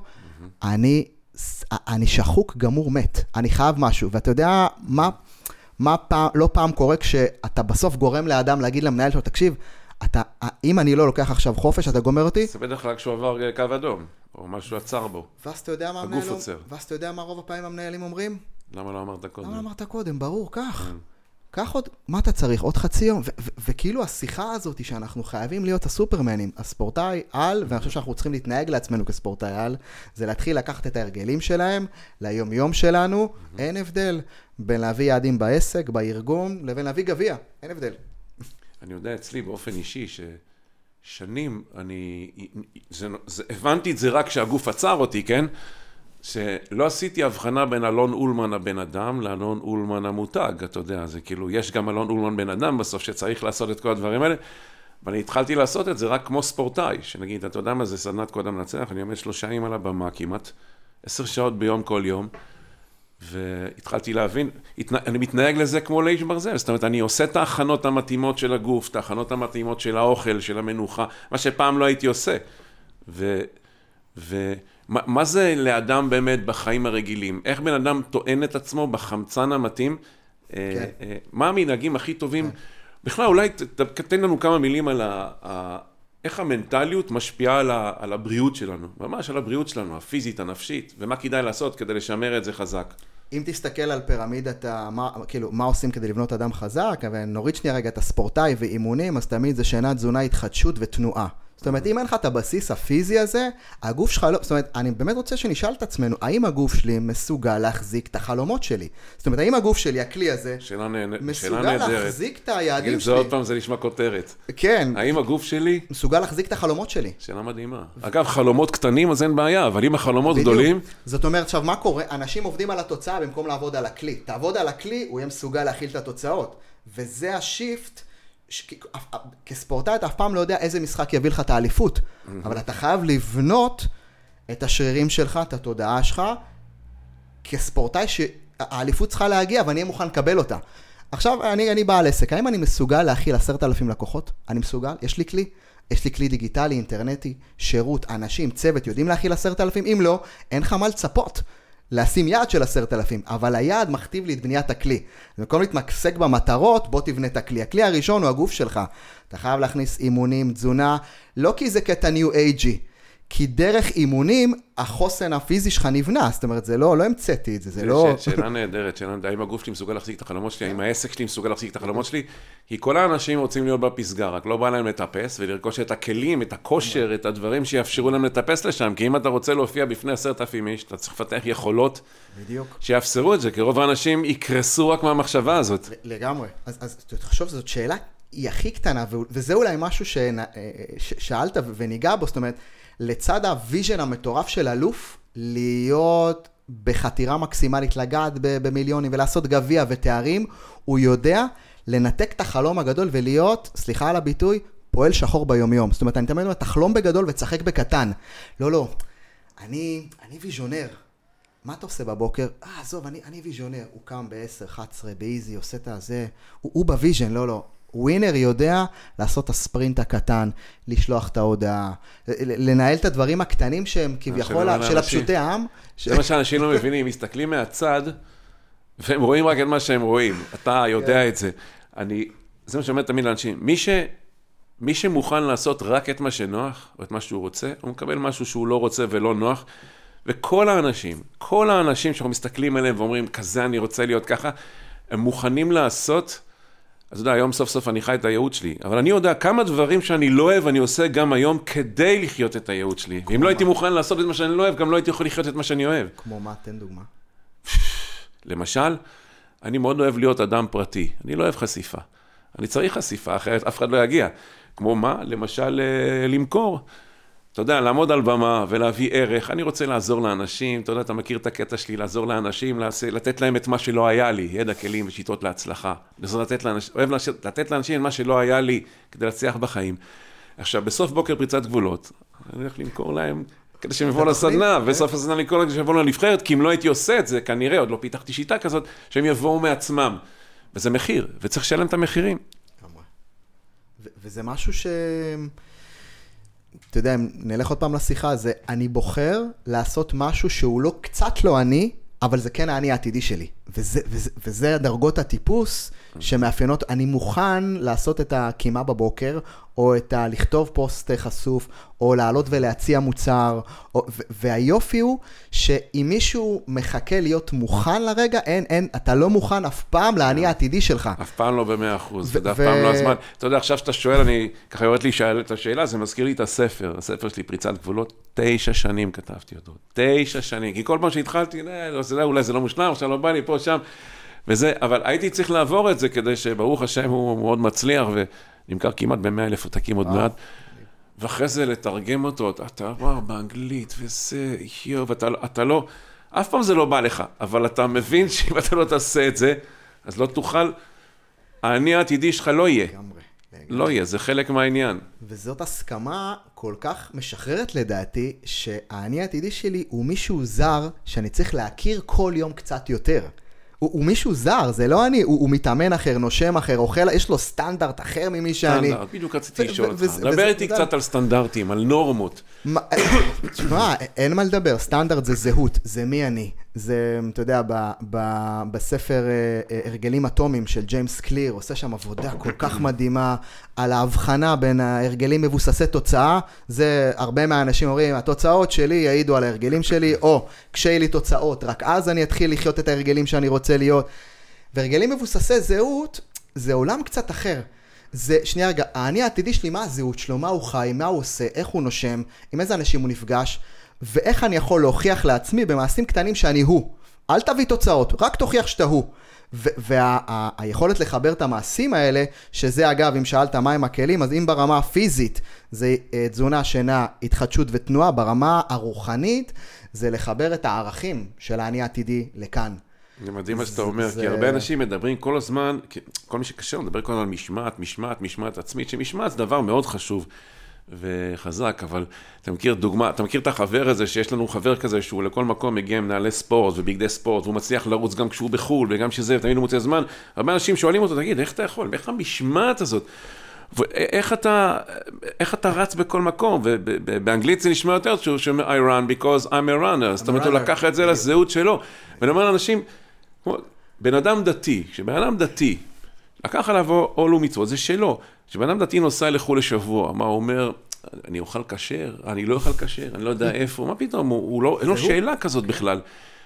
אני שחוק גמור מת, אני חייב משהו, ואתה יודע מה לא פעם קורה כשאתה בסוף גורם לאדם להגיד למנהל שלו, תקשיב, אם אני לא לוקח עכשיו חופש, אתה גומר אותי? זה בטח רק כשהוא עבר קו אדום, או משהו עצר בו. ואז אתה יודע מה רוב הפעמים המנהלים אומרים? למה לא אמרת קודם? למה לא אמרת קודם? ברור, כך עוד, מה אתה צריך? עוד חצי יום? וכאילו השיחה הזאת שאנחנו חייבים להיות הסופרמנים, הספורטאי על, ואני חושב שאנחנו צריכים להתנהג לעצמנו כספורטאי על, זה להתחיל לקחת את ההרגלים שלהם, ליום יום שלנו, אין הבדל בין להביא יעדים בעסק, בארגון, לבין להביא גביע, אין הבדל. אני יודע אצלי באופן אישי ששנים, הבנתי את זה רק כשהגוף עצר אותי, כן? שלא עשיתי הבחנה בין אלון אולמן הבן אדם לאלון אולמן המותג, אתה יודע, זה כאילו, יש גם אלון אולמן בן אדם בסוף שצריך לעשות את כל הדברים האלה, ואני התחלתי לעשות את זה רק כמו ספורטאי, שנגיד, אתה יודע מה זה סדנת קודם לנצח, אני עומד 3 ימים על הבמה כמעט, 10 שעות ביום כל יום, והתחלתי להבין, אני מתנהג לזה כמו לאיש ברזל, זאת אומרת, אני עושה את ההכנות המתאימות של הגוף, את ההכנות המתאימות של האוכל, של המנוחה, מה שפעם לא הייתי עושה. מה זה לאדם באמת בחיים הרגילים? איך בן אדם טוען את עצמו בחמצן המתאים? מה המנהגים הכי טובים? בכלל, אולי תתן לנו כמה מילים על איך המנטליות משפיעה על הבריאות שלנו, ממש על הבריאות שלנו, הפיזית, הנפשית, ומה כדאי לעשות כדי לשמר את זה חזק. אם תסתכל על פירמידת, כאילו, מה עושים כדי לבנות אדם חזק, ונוריד שנייה רגע את הספורטאי ואימונים, אז תמיד זה שינה, תזונה, התחדשות ותנועה. זאת אומרת, אם אין לך את הבסיס הפיזי הזה, הגוף שלך לא, זאת אומרת, אני באמת רוצה שנשאל את עצמנו, האם הגוף שלי מסוגל להחזיק את החלומות שלי? זאת אומרת, האם הגוף שלי, הכלי הזה, מסוגל להחזיק את היעדים שלי? זה עוד פעם, זה נשמע כותרת. כן. האם הגוף שלי מסוגל להחזיק את החלומות שלי? שאלה מדהימה. אגב, חלומות קטנים, אז אין בעיה, אבל אם החלומות גדולים... זאת אומרת, עכשיו, מה קורה? אנשים עובדים על התוצאה במקום לעבוד על הכלי. תעבוד על הכלי, הוא יהיה מסוגל להכיל את התוצאות. וזה השיפט כספורטאי אתה אף פעם לא יודע איזה משחק יביא לך את האליפות, אבל אתה חייב לבנות את השרירים שלך, את התודעה שלך, כספורטאי שהאליפות צריכה להגיע ואני אהיה מוכן לקבל אותה. עכשיו אני בעל עסק, האם אני מסוגל להכיל 10,000 לקוחות? אני מסוגל? יש לי כלי? יש לי כלי דיגיטלי, אינטרנטי, שירות, אנשים, צוות, יודעים להכיל 10,000? אם לא, אין לך מה לצפות. לשים יעד של 10,000, אבל היעד מכתיב לי את בניית הכלי. במקום להתמקסק במטרות, בוא תבנה את הכלי. הכלי הראשון הוא הגוף שלך. אתה חייב להכניס אימונים, תזונה, לא כי זה קטע ניו אייג'י, כי דרך אימונים, החוסן הפיזי שלך נבנה. זאת אומרת, זה לא המצאתי את זה, זה לא... שאלה נהדרת, האם הגוף שלי מסוגל להחזיק את החלומות שלי, האם העסק שלי מסוגל להחזיק את החלומות שלי, כי כל האנשים רוצים להיות בפסגה, רק לא בא להם לטפס ולרכוש את הכלים, את הכושר, את הדברים שיאפשרו להם לטפס לשם, כי אם אתה רוצה להופיע בפני 10,000 איש, אתה צריך לפתח יכולות שיאפשרו את זה, כי רוב האנשים יקרסו רק מהמחשבה הזאת. לגמרי. אז תחשוב, זאת שאלה היא הכי קטנה, וזה אולי משהו ששאלת וניגע בו, זאת אומרת, לצד הוויז'ן המטורף של אלוף, להיות בחתירה מקסימלית, לגעת במיליונים ולעשות גביע ותארים, הוא יודע לנתק את החלום הגדול ולהיות, סליחה על הביטוי, פועל שחור ביומיום. זאת אומרת, אני תמיד אומר, תחלום בגדול וצחק בקטן. לא, אני ויז'ונר. מה אתה עושה בבוקר? עזוב, אני ויז'ונר. הוא קם ב-10, 11, באיזי, עושה את הזה. הוא בוויז'ן, לא. ווינר יודע לעשות את הספרינט הקטן, לשלוח את ההודעה, לנהל את הדברים הקטנים שהם כביכול של הפשוטי העם. זה מה שאנשים לא מבינים, מסתכלים מהצד, והם רואים רק את מה שהם רואים. אתה יודע את זה. זה מה שאומר תמיד לאנשים. מי שמוכן לעשות רק את מה שנוח, או את מה שהוא רוצה, הוא מקבל משהו שהוא לא רוצה ולא נוח, וכל האנשים שאנחנו מסתכלים עליהם ואומרים, כזה אני רוצה להיות ככה, הם מוכנים לעשות, אז אתה יודע, היום סוף סוף אני חי את הייעוד שלי, אבל אני יודע כמה דברים שאני לא אוהב, אני עושה גם היום כדי לחיות את הייעוד שלי. ואם לא הייתי מוכן לעשות את מה שאני לא אוהב, גם לא הייתי יכול לחיות את מה שאני אוהב. כמו מה? תן דוגמה. למשל, אני מאוד אוהב להיות אדם פרטי. אני לא אוהב חשיפה. אני צריך חשיפה, אחרת אף אחד לא יגיע. כמו מה? למשל, למכור. אתה יודע, לעמוד על במה ולהביא ערך. אני רוצה לעזור לאנשים. אתה יודע, אתה מכיר את הקטע שלי, לעזור לאנשים, לתת להם את מה שלא היה לי, ידע, כלים ושיטות להצלחה. אוהב לתת לאנשים את מה שלא היה לי, כדי להצליח בחיים. עכשיו, בסוף בוקר פריצת גבולות, אני הולך למכור להם, כדי שהם יבואו לסדנה, וסוף הסדנה לקרוא להם כדי שיבואו לנבחרת, כי אם לא הייתי עושה את זה, כנראה, עוד לא פיתחתי שיטה כזאת, שהם יבואו מעצמם. וזה מחיר, וצריך לשלם את המחירים. וזה משהו ש... אתה יודע, אם נלך עוד פעם לשיחה, זה אני לעשות משהו שהוא לא קצת לא אני, אבל זה כן האני העתידי שלי. וזה הדרגות הטיפוס שמאפיינות, אני מוכן לעשות את הקימה בבוקר, או לכתוב פוסט חשוף, או לעלות ולהציע מוצר, והיופי הוא שאם מישהו מחכה להיות מוכן לרגע, אתה לא מוכן אף פעם לאני העתידי שלך. אף פעם לא ב100%, זה אף פעם לא הזמן. אתה יודע, עכשיו שאתה שואל, אני ככה יורד לי את השאלה, זה מזכיר לי את הספר שלי, פריצת גבולות, 9 שנים כתבתי אותו, 9 שנים, כי כל פעם שהתחלתי, אולי זה לא מושלם, עכשיו לא בא לי פה, שם, וזה, אבל הייתי צריך לעבור את זה, כדי שברוך השם הוא מאוד מצליח, ונמכר כמעט ב100,000 עותקים עוד מעט, ואחרי זה לתרגם אותו, אתה אמר באנגלית, וזה, ואתה לא, אף פעם זה לא בא לך, אבל אתה מבין שאם אתה לא תעשה את זה, אז לא תוכל, האני העתידי שלך לא יהיה. לא יהיה, זה חלק מהעניין. וזאת הסכמה כל כך משחררת לדעתי, שהאני העתידי שלי הוא מישהו זר, שאני צריך להכיר כל יום קצת יותר. הוא מישהו זר, זה לא אני, הוא מתאמן אחר, נושם אחר, אוכל, יש לו סטנדרט אחר ממי שאני. סטנדרט, בדיוק רציתי לשאול אותך. דבר איתי קצת על סטנדרטים, על נורמות. תשמע, אין מה לדבר, סטנדרט זה זהות, זה מי אני. זה, אתה יודע, בספר הרגלים אטומיים של ג'יימס קליר, עושה שם עבודה כל כך מדהימה על ההבחנה בין ההרגלים מבוססי תוצאה, זה הרבה מהאנשים אומרים, התוצאות שלי יעידו על ההרגלים שלי, או כשיהיה לי תוצאות, רק אז אני אתחיל לחיות את ההרגלים שאני רוצה להיות. והרגלים מבוססי זהות, זה עולם קצת אחר. זה, שנייה רגע, האני העתידי שלי, מה הזהות שלו, מה הוא חי, מה הוא עושה, איך הוא נושם, עם איזה אנשים הוא נפגש, ואיך אני יכול להוכיח לעצמי במעשים קטנים שאני הוא. אל תביא תוצאות, רק תוכיח שאתה הוא. והיכולת לחבר את המעשים האלה, שזה אגב, אם שאלת מה עם הכלים, אז אם ברמה הפיזית זה תזונה, שינה, התחדשות ותנועה, ברמה הרוחנית זה לחבר את הערכים של האני העתידי לכאן. זה מדהים מה שאתה אומר, כי הרבה אנשים מדברים כל הזמן, כל מי שקשה, מדבר כל הזמן על משמעת עצמית, שמשמעת זה דבר מאוד חשוב וחזק, אבל אתה מכיר דוגמה, אתה מכיר את החבר הזה, שיש לנו חבר כזה שהוא לכל מקום מגיע עם נעלי ספורט ובגדי ספורט, והוא מצליח לרוץ גם כשהוא בחול, וגם שזה, תמיד הוא מוצא זמן, הרבה אנשים שואלים אותו, תגיד, איך אתה יכול? איך המשמעת הזאת? איך אתה רץ בכל מקום? ובאנגלית זה נשמע יותר שהוא אומר, I run because I'm a runner. זאת אומרת, הוא לקח את זה לזהות שלו. ואני אומר לאנשים, בן אדם דתי, כשבן אדם דתי, לקח עליו עול ומצוות, זה שלו. כשבן אדם דתי נוסע לחו"ל לשבוע, מה הוא אומר, אני אוכל כשר, אני לא אוכל כשר, אני לא יודע איפה, מה פתאום, אין לו שאלה כזאת בכלל.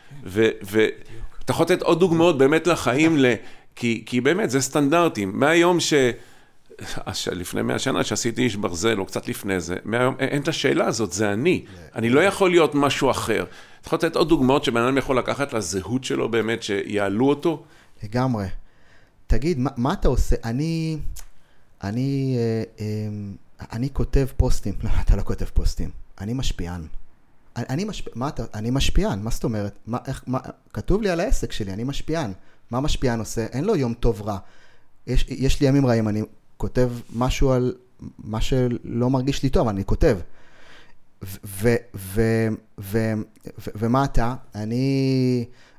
ואתה יכול לתת עוד דוגמאות באמת לחיים, כי באמת זה סטנדרטים. מהיום לפני 100 שנה שעשיתי איש ברזל, או קצת לפני זה, מהיום אין את השאלה הזאת, זה אני לא יכול להיות משהו אחר. אתה יכול לתת עוד דוגמאות שבן אדם יכול לקחת לזהות שלו באמת, שיעלו אותו? לגמרי. תגיד, מה אתה עושה? אני כותב פוסטים. לא, אתה לא כותב פוסטים. אני משפיען. אני משפיען, מה זאת אומרת? כתוב לי על העסק שלי, אני משפיען. מה משפיען עושה? אין לו יום טוב רע. יש לי ימים רעים, אני כותב משהו על מה שלא מרגיש לי טוב, אני כותב. ומה אתה?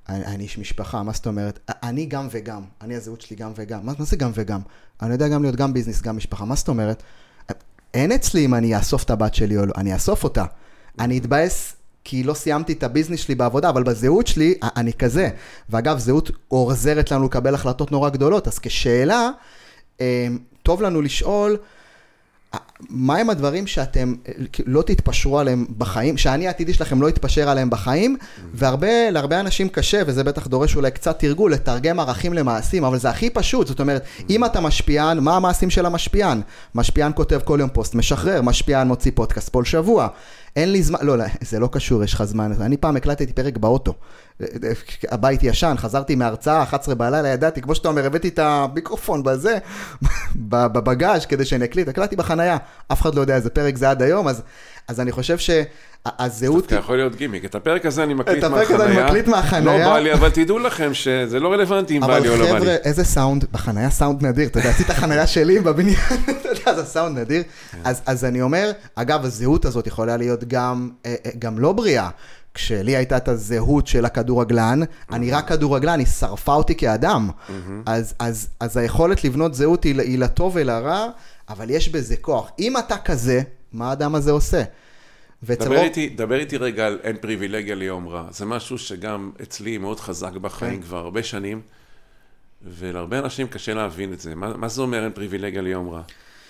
אני איש משפחה, מה זאת אומרת? אני גם וגם, אני הזהות שלי גם וגם. מה זה גם וגם? אני יודע גם להיות גם ביזנס, גם משפחה, מה זאת אומרת? אין אצלי אם אני אאסוף את הבת שלי או לא, אני אאסוף אותה. אני אתבאס כי לא סיימתי את הביזנס שלי בעבודה, אבל בזהות שלי אני כזה. ואגב, זהות עוזרת לנו לקבל החלטות נורא גדולות, אז כשאלה, טוב לנו לשאול, מה הם הדברים שאתם לא תתפשרו עליהם בחיים, שאני העתידי שלכם לא יתפשר עליהם בחיים, להרבה אנשים קשה, וזה בטח דורש אולי קצת תרגול, לתרגם ערכים למעשים, אבל זה הכי פשוט, זאת אומרת, אם אתה משפיען, מה המעשים של המשפיען? משפיען כותב כל יום פוסט, משחרר, משפיען מוציא פודקאסט כל שבוע, אין לי זמן, לא, זה לא קשור, יש לך זמן, אני פעם הקלטתי פרק באוטו, הבית ישן, חזרתי מהרצאה, 11 בלילה, ידעתי, כמו שאתה אומר, הבאתי את המיקרופון בזה, בבגאז' כדי שאני אקליט, הקלטתי בחנייה, אף אחד לא יודע איזה פרק זה עד היום, אז אני חושב שהזהות... זה יכול להיות גימיק, את הפרק הזה אני מקליט מהחנייה, את הפרק הזה אני מקליט מהחנייה, לא בא לי, אבל תדעו לכם שזה לא רלוונטי אם בא לי או לא בא לי. אבל חבר'ה, איזה סאונד, בחנייה סאונד נדיר, אתה יודע, עשית החנייה שלי בבניין, אתה יודע, זה סאונד נדיר, אז אני אומר, אגב, הזהות הזאת יכולה להיות גם לא בריאה, כשלי הייתה את הזהות של הכדורגלן, אני רק כדורגלן, היא שרפה אותי כאדם. אז היכולת לבנות זהות היא לטוב ולרע, אבל יש בזה כוח. אם אתה כזה, מה האדם הזה עושה? דבר איתי רגע על אין פריבילגיה ליום רע. זה משהו שגם אצלי מאוד חזק בחיים כבר הרבה שנים, ולהרבה אנשים קשה להבין את זה. מה זה אומר אין פריבילגיה ליום רע?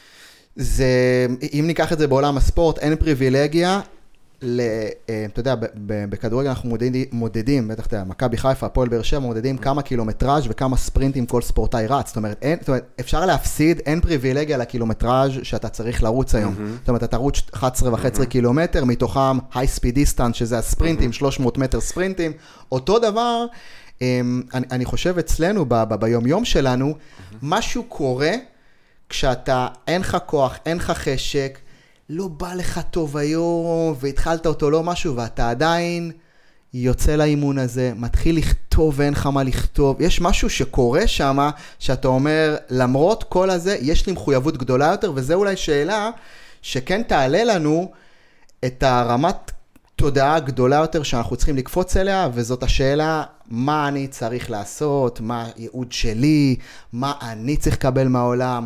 אם ניקח את זה בעולם הספורט, אין פריבילגיה, אתה יודע, בכדורגל אנחנו מודדים, בטח אתה יודע, מכבי חיפה, הפועל באר שבע, מודדים כמה קילומטראז' וכמה ספרינטים כל ספורטאי רץ. זאת אומרת, אפשר להפסיד, אין פריבילגיה לקילומטראז' שאתה צריך לרוץ היום. זאת אומרת, אתה רוץ 11.5 קילומטר, מתוכם high speed distance, שזה הספרינטים, 300 מטר ספרינטים. אותו דבר, אני חושב אצלנו, ביום-יום שלנו, משהו קורה כשאתה, אין לך כוח, אין לך חשק, לא בא לך טוב היום, והתחלת אותו לא משהו, ואתה עדיין יוצא לאימון הזה, מתחיל לכתוב ואין לך מה לכתוב. יש משהו שקורה שם, שאתה אומר, למרות כל הזה, יש לי מחויבות גדולה יותר, וזה אולי שאלה שכן תעלה לנו את הרמת תודעה גדולה יותר שאנחנו צריכים לקפוץ אליה, וזאת השאלה, מה אני צריך לעשות, מה הייעוד שלי, מה אני צריך לקבל מהעולם,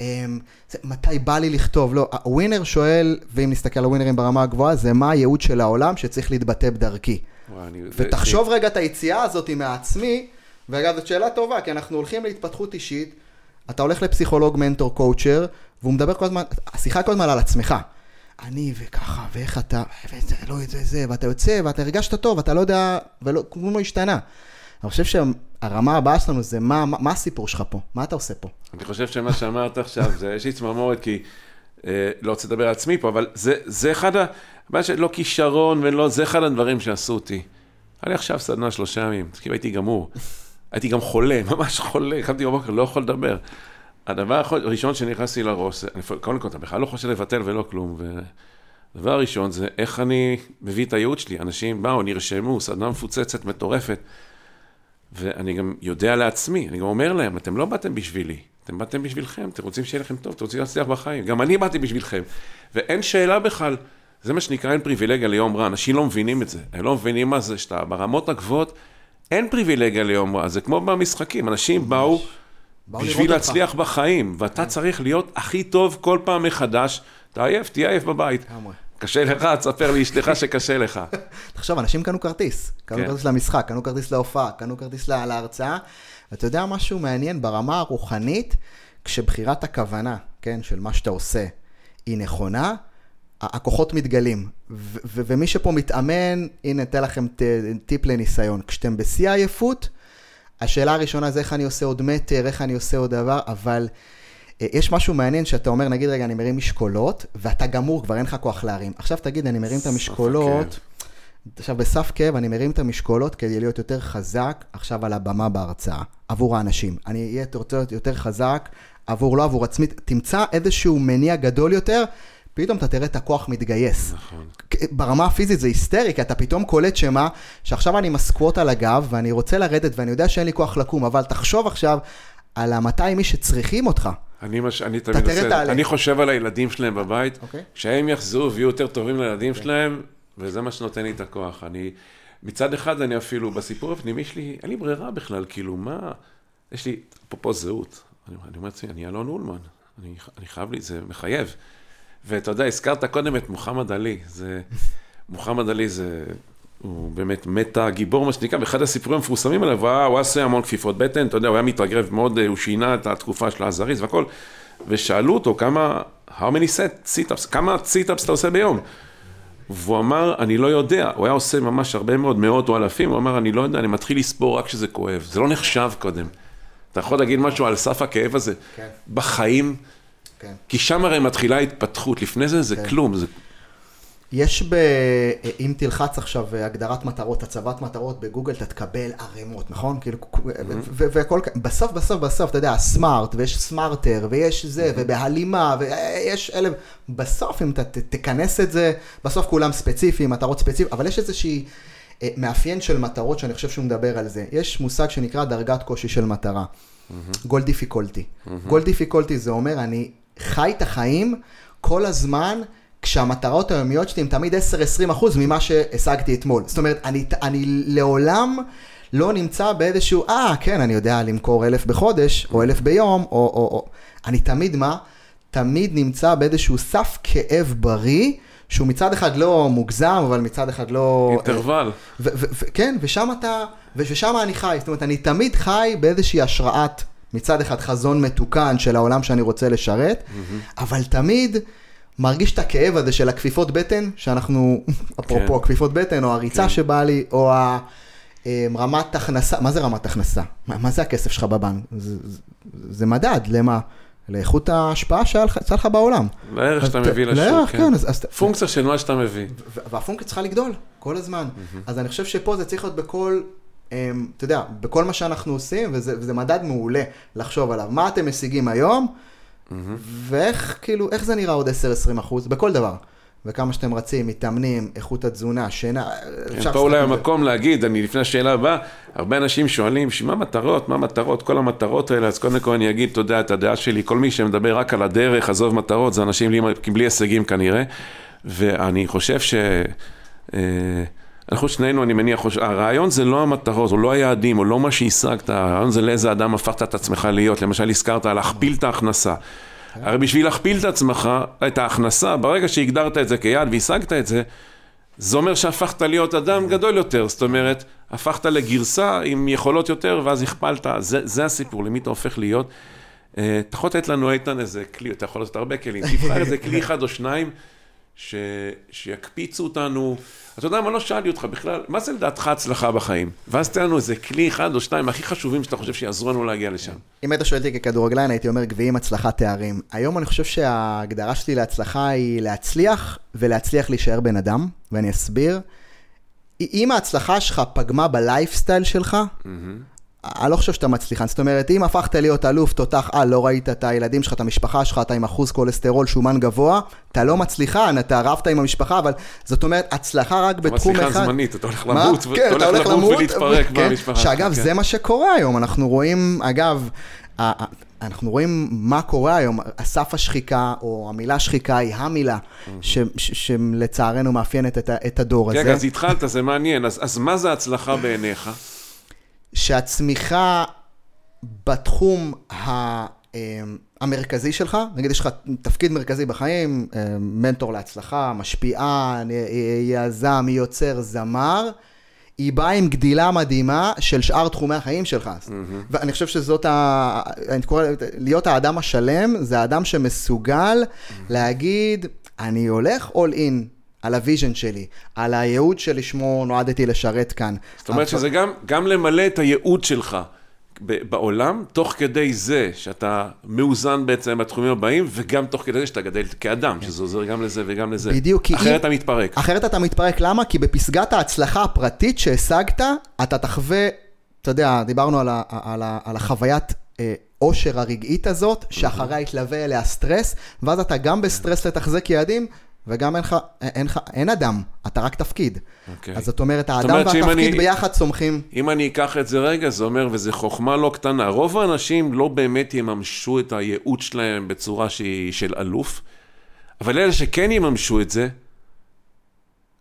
מתי בא לי לכתוב, לא, הווינר שואל, ואם נסתכל על הווינרים ברמה הגבוהה, זה מה הייעוד של העולם שצריך להתבטא בדרכי. ותחשוב רגע את היציאה הזאת מעצמי, ואגב, זאת שאלה טובה, כי אנחנו הולכים להתפתחות אישית, אתה הולך לפסיכולוג, מנטור, קואוצ'ר, והוא מדבר כל הזמן, השיחה כל הזמן על עצמך. אני וככה, ואיך אתה, וזה, לא, זה, ואתה יוצא, ואתה הרגשת טוב, ואתה לא יודע, ולא, כמו לא השתנה. אני חושב שהרמה הבאה שלנו זה מה הסיפור שלך פה? מה אתה עושה פה? אני חושב שמה שאמרת עכשיו, יש לי צמרמורת, כי לא רוצה לדבר על עצמי פה, אבל זה אחד, לא כישרון ולא, זה אחד הדברים שעשו אותי. היה לי עכשיו סדנה 3 ימים, כאילו הייתי גמור. הייתי גם חולה, ממש חולה, קמתי בבוקר, לא יכול לדבר. הדבר הראשון שנכנסתי לראש, קודם כל, אתה בכלל לא חושב לבטל ולא כלום, והדבר הראשון זה איך אני מביא את הייעוד שלי. אנשים באו, נרשמו, סדנה מפוצצת, מטורפת, ואני גם יודע לעצמי, אני גם אומר להם, אתם לא באתם בשבילי, אתם באתם בשבילכם, אתם רוצים שיהיה לכם טוב, אתם רוצים להצליח בחיים, גם אני באתי בשבילכם, ואין שאלה בכלל, זה מה שנקרא אין פריבילגיה ליום רע, אנשים לא מבינים את זה, הם לא מבינים מה זה, שאתה ברמות הגבוהות, אין פריבילגיה ליום רע, זה כמו במשחקים, אנשים באו בשביל להצליח בחיים, ואתה צריך להיות הכי טוב כל פעם מחדש, תהיה עייף בבית. קשה לך, תספר לי אשתך שקשה לך. תחשוב, אנשים קנו כרטיס למשחק, קנו כרטיס להופעה, קנו כרטיס להרצאה, ואתה יודע משהו מעניין ברמה הרוחנית, כשבחירת הכוונה, כן, של מה שאתה עושה, היא נכונה, הכוחות מתגלים, ומי שפה מתאמן, הנה, אתן לכם טיפ לניסיון, כשאתם בשיא העייפות, השאלה הראשונה זה איך אני עושה עוד מטר, איך אני עושה עוד דבר, אבל יש משהו מעניין שאתה אומר, נגיד רגע, אני מרים משקולות, ואתה גמור, כבר אין לך כוח להרים. עכשיו תגיד, אני מרים את המשקולות, עכשיו בסף כאב, אני מרים את המשקולות כדי להיות יותר חזק, עכשיו על הבמה בהרצאה, עבור האנשים. אני אהיה יותר חזק, עבור עצמי, תמצא איזשהו מניע גדול יותר, פתאום אתה תראה את הכוח מתגייס. נכון. ברמה הפיזית זה היסטרי, כי אתה פתאום קולט שמה, שעכשיו אני מסקווט על הגב, ואני רוצה לרדת, ואני יודע שאין לי כוח לקום, אבל תחשוב עכשיו על 200 מי שצריכים אותך. אני חושב על הילדים שלהם בבית, כשהם יחזרו ויהיו יותר טובים לילדים שלהם, וזה מה שנותן לי את הכוח. מצד אחד אני אפילו, בסיפור הפנימי שלי, אין לי ברירה בכלל, כאילו, מה, יש לי, פה זהות. אני אומר לעצמי, אני אלון אולמן, אני חייב לי, זה מחייב. ואתה יודע, הזכרת קודם את מוחמד עלי, מוחמד עלי זה, הוא באמת מטה גיבור, מה שנקרא, באחד הסיפורים המפורסמים עליו, הוא עושה המון כפיפות בטן, אתה יודע, הוא היה מתרגרב מאוד, הוא שינה את התקופה של הזריז והכל, ושאלו אותו כמה, how many sit-ups, כמה sit-ups אתה עושה ביום? והוא אמר, אני לא יודע, הוא היה עושה ממש הרבה מאוד, מאות או אלפים, הוא אמר, אני לא יודע, אני מתחיל לספור רק שזה כואב, זה לא נחשב קודם. אתה יכול להגיד משהו על סף הכאב הזה, כן. בחיים, כן. כי שם הרי מתחילה התפתחות, לפני זה זה כלום, זה... יש אם תלחץ עכשיו הגדרת מטרות, הצבת מטרות בגוגל, אתה תקבל ערימות, נכון? כאילו, והכל, בסוף, אתה יודע, הסמארט, ויש סמארטר, ויש זה, ובהלימה, ויש אלף, בסוף, אם אתה תכנס את זה, בסוף כולם ספציפיים, מטרות ספציפיות, אבל יש איזושהי מאפיין של מטרות, שאני חושב שהוא מדבר על זה. יש מושג שנקרא דרגת קושי של מטרה. גול דיפיקולטי. גול דיפיקולטי זה אומר, אני חי את החיים כל הזמן, כשהמטרות היומיות שלי הם תמיד 10-20% ממה שהשגתי אתמול. זאת אומרת, אני לעולם לא נמצא באיזשהו, כן, אני יודע למכור 1,000 בחודש, או 1,000 ביום, או אני תמיד תמיד נמצא באיזשהו סף כאב בריא, שהוא מצד אחד לא מוגזם, אבל מצד אחד לא... אינטרוול. כן, ושם אני חי. זאת אומרת, אני תמיד חי באיזושהי השראת, מצד אחד חזון מתוקן של העולם שאני רוצה לשרת, אבל תמיד... מרגיש את הכאב הזה של הכפיפות בטן, שאנחנו, אפרופו הכפיפות בטן, או הריצה שבא לי, או רמת הכנסה. מה זה רמת הכנסה? מה זה הכסף שלך בבנק? זה מדד, למה? לאיכות ההשפעה שהיה לך בעולם. לערך שאתה מביא לשוק, כן. פונקציה של מה שאתה מביא. והפונקציה צריכה לגדול, כל הזמן. אז אני חושב שפה זה צריך להיות בכל, אתה יודע, בכל מה שאנחנו עושים, וזה מדד מעולה לחשוב עליו. מה אתם משיגים היום? ואיך, כאילו, איך זה נראה עוד 10-20% בכל דבר? וכמה שאתם רצים, מתאמנים, איכות התזונה, שינה, פה אולי המקום להגיד, אני לפני השאלה הבאה, הרבה אנשים שואלים, מה מטרות, כל המטרות האלה, אז קודם כל אני אגיד, אתה יודע, את הדעה שלי, כל מי שמדבר רק על הדרך, עזוב מטרות, זה אנשים בלי הישגים כנראה, ואני חושב אנחנו שנינו, אני מניח, הרעיון זה לא המטרות, או לא היעדים, או לא מה שהשגת, הרעיון זה לאיזה אדם הפכת את עצמך להיות, למשל הזכרת להכפיל את ההכנסה. הרי בשביל להכפיל את עצמך, את ההכנסה, ברגע שהגדרת את זה כיעד והשגת את זה, זה אומר שהפכת להיות אדם גדול יותר, זאת אומרת, הפכת לגרסה עם יכולות יותר, ואז הכפלת, זה הסיפור, למי אתה הופך להיות. אתה יכול לתת לנו איתן איזה כלי, אתה יכול לעשות הרבה כלים, תבחר איזה כלי אחד או שניים, שיקפיצו אותנו. אתה יודע מה, לא שאלתי אותך בכלל, מה זה לדעתך הצלחה בחיים? ואז תהיה לנו איזה כלי אחד או שניים הכי חשובים שאתה חושב שיעזרו לנו להגיע לשם. אם היית שואלתי ככדורגלן, הייתי אומר גביעים, הצלחה, תארים. היום אני חושב שההגדרה שלי להצלחה היא להצליח, ולהצליח להישאר בן אדם, ואני אסביר. אם ההצלחה שלך פגמה בלייפסטייל שלך, אני לא חושב שאתה מצליחן. זאת אומרת, אם הפכת להיות אלוף, תותח, לא ראית את הילדים שלך, את המשפחה שלך, אתה עם אחוז כולסטרול, שומן גבוה, אתה לא מצליחן, אתה רבת עם המשפחה, אבל זאת אומרת, הצלחה רק בתחום אחד. מצליחה זמנית, אתה הולך למות, אתה הולך למות ולהתפרק במשפחה. שאגב, זה מה שקורה היום. אנחנו רואים, אגב, אנחנו רואים מה קורה היום, הסף השחיקה, או המילה שחיקה, היא המילה, שלצערנו מאפיינת את הדור הזה. כן, אז התחלת, זה מעניין. אז מה זה הצלחה בעיניך? שהצמיחה בתחום המרכזי שלך, נגיד יש לך תפקיד מרכזי בחיים, מנטור להצלחה, משפיען, יזם, יוצר, זמר, היא באה עם גדילה מדהימה של שאר תחומי החיים שלך. ואני חושב שזאת, אני קורא, להיות האדם השלם, זה האדם שמסוגל להגיד, אני הולך all in. על הוויז'ן שלי, על הייעוד שלשמו נועדתי לשרת כאן. זאת אומרת שזה גם למלא את הייעוד שלך בעולם, תוך כדי זה שאתה מאוזן בעצם בתחומים הבאים, וגם תוך כדי זה שאתה גדל כאדם, שזה עוזר גם לזה וגם לזה. בדיוק. אחרת אתה מתפרק. אחרת אתה מתפרק, למה? כי בפסגת ההצלחה הפרטית שהשגת, אתה תחווה, אתה יודע, דיברנו על החוויית אושר הרגעית הזאת, שאחריה יתלווה אליה סטרס, ואז אתה גם בסטרס לתחזק יעדים, וגם אין אדם, אתה רק תפקיד. אז זאת אומרת, האדם והתפקיד ביחד צומחים. אם אני אקח את זה רגע, זה אומר, וזה חוכמה לא קטנה, רוב האנשים לא באמת יממשו את הייעוד שלהם בצורה שהיא של אלוף, אבל אלה שכן יממשו את זה,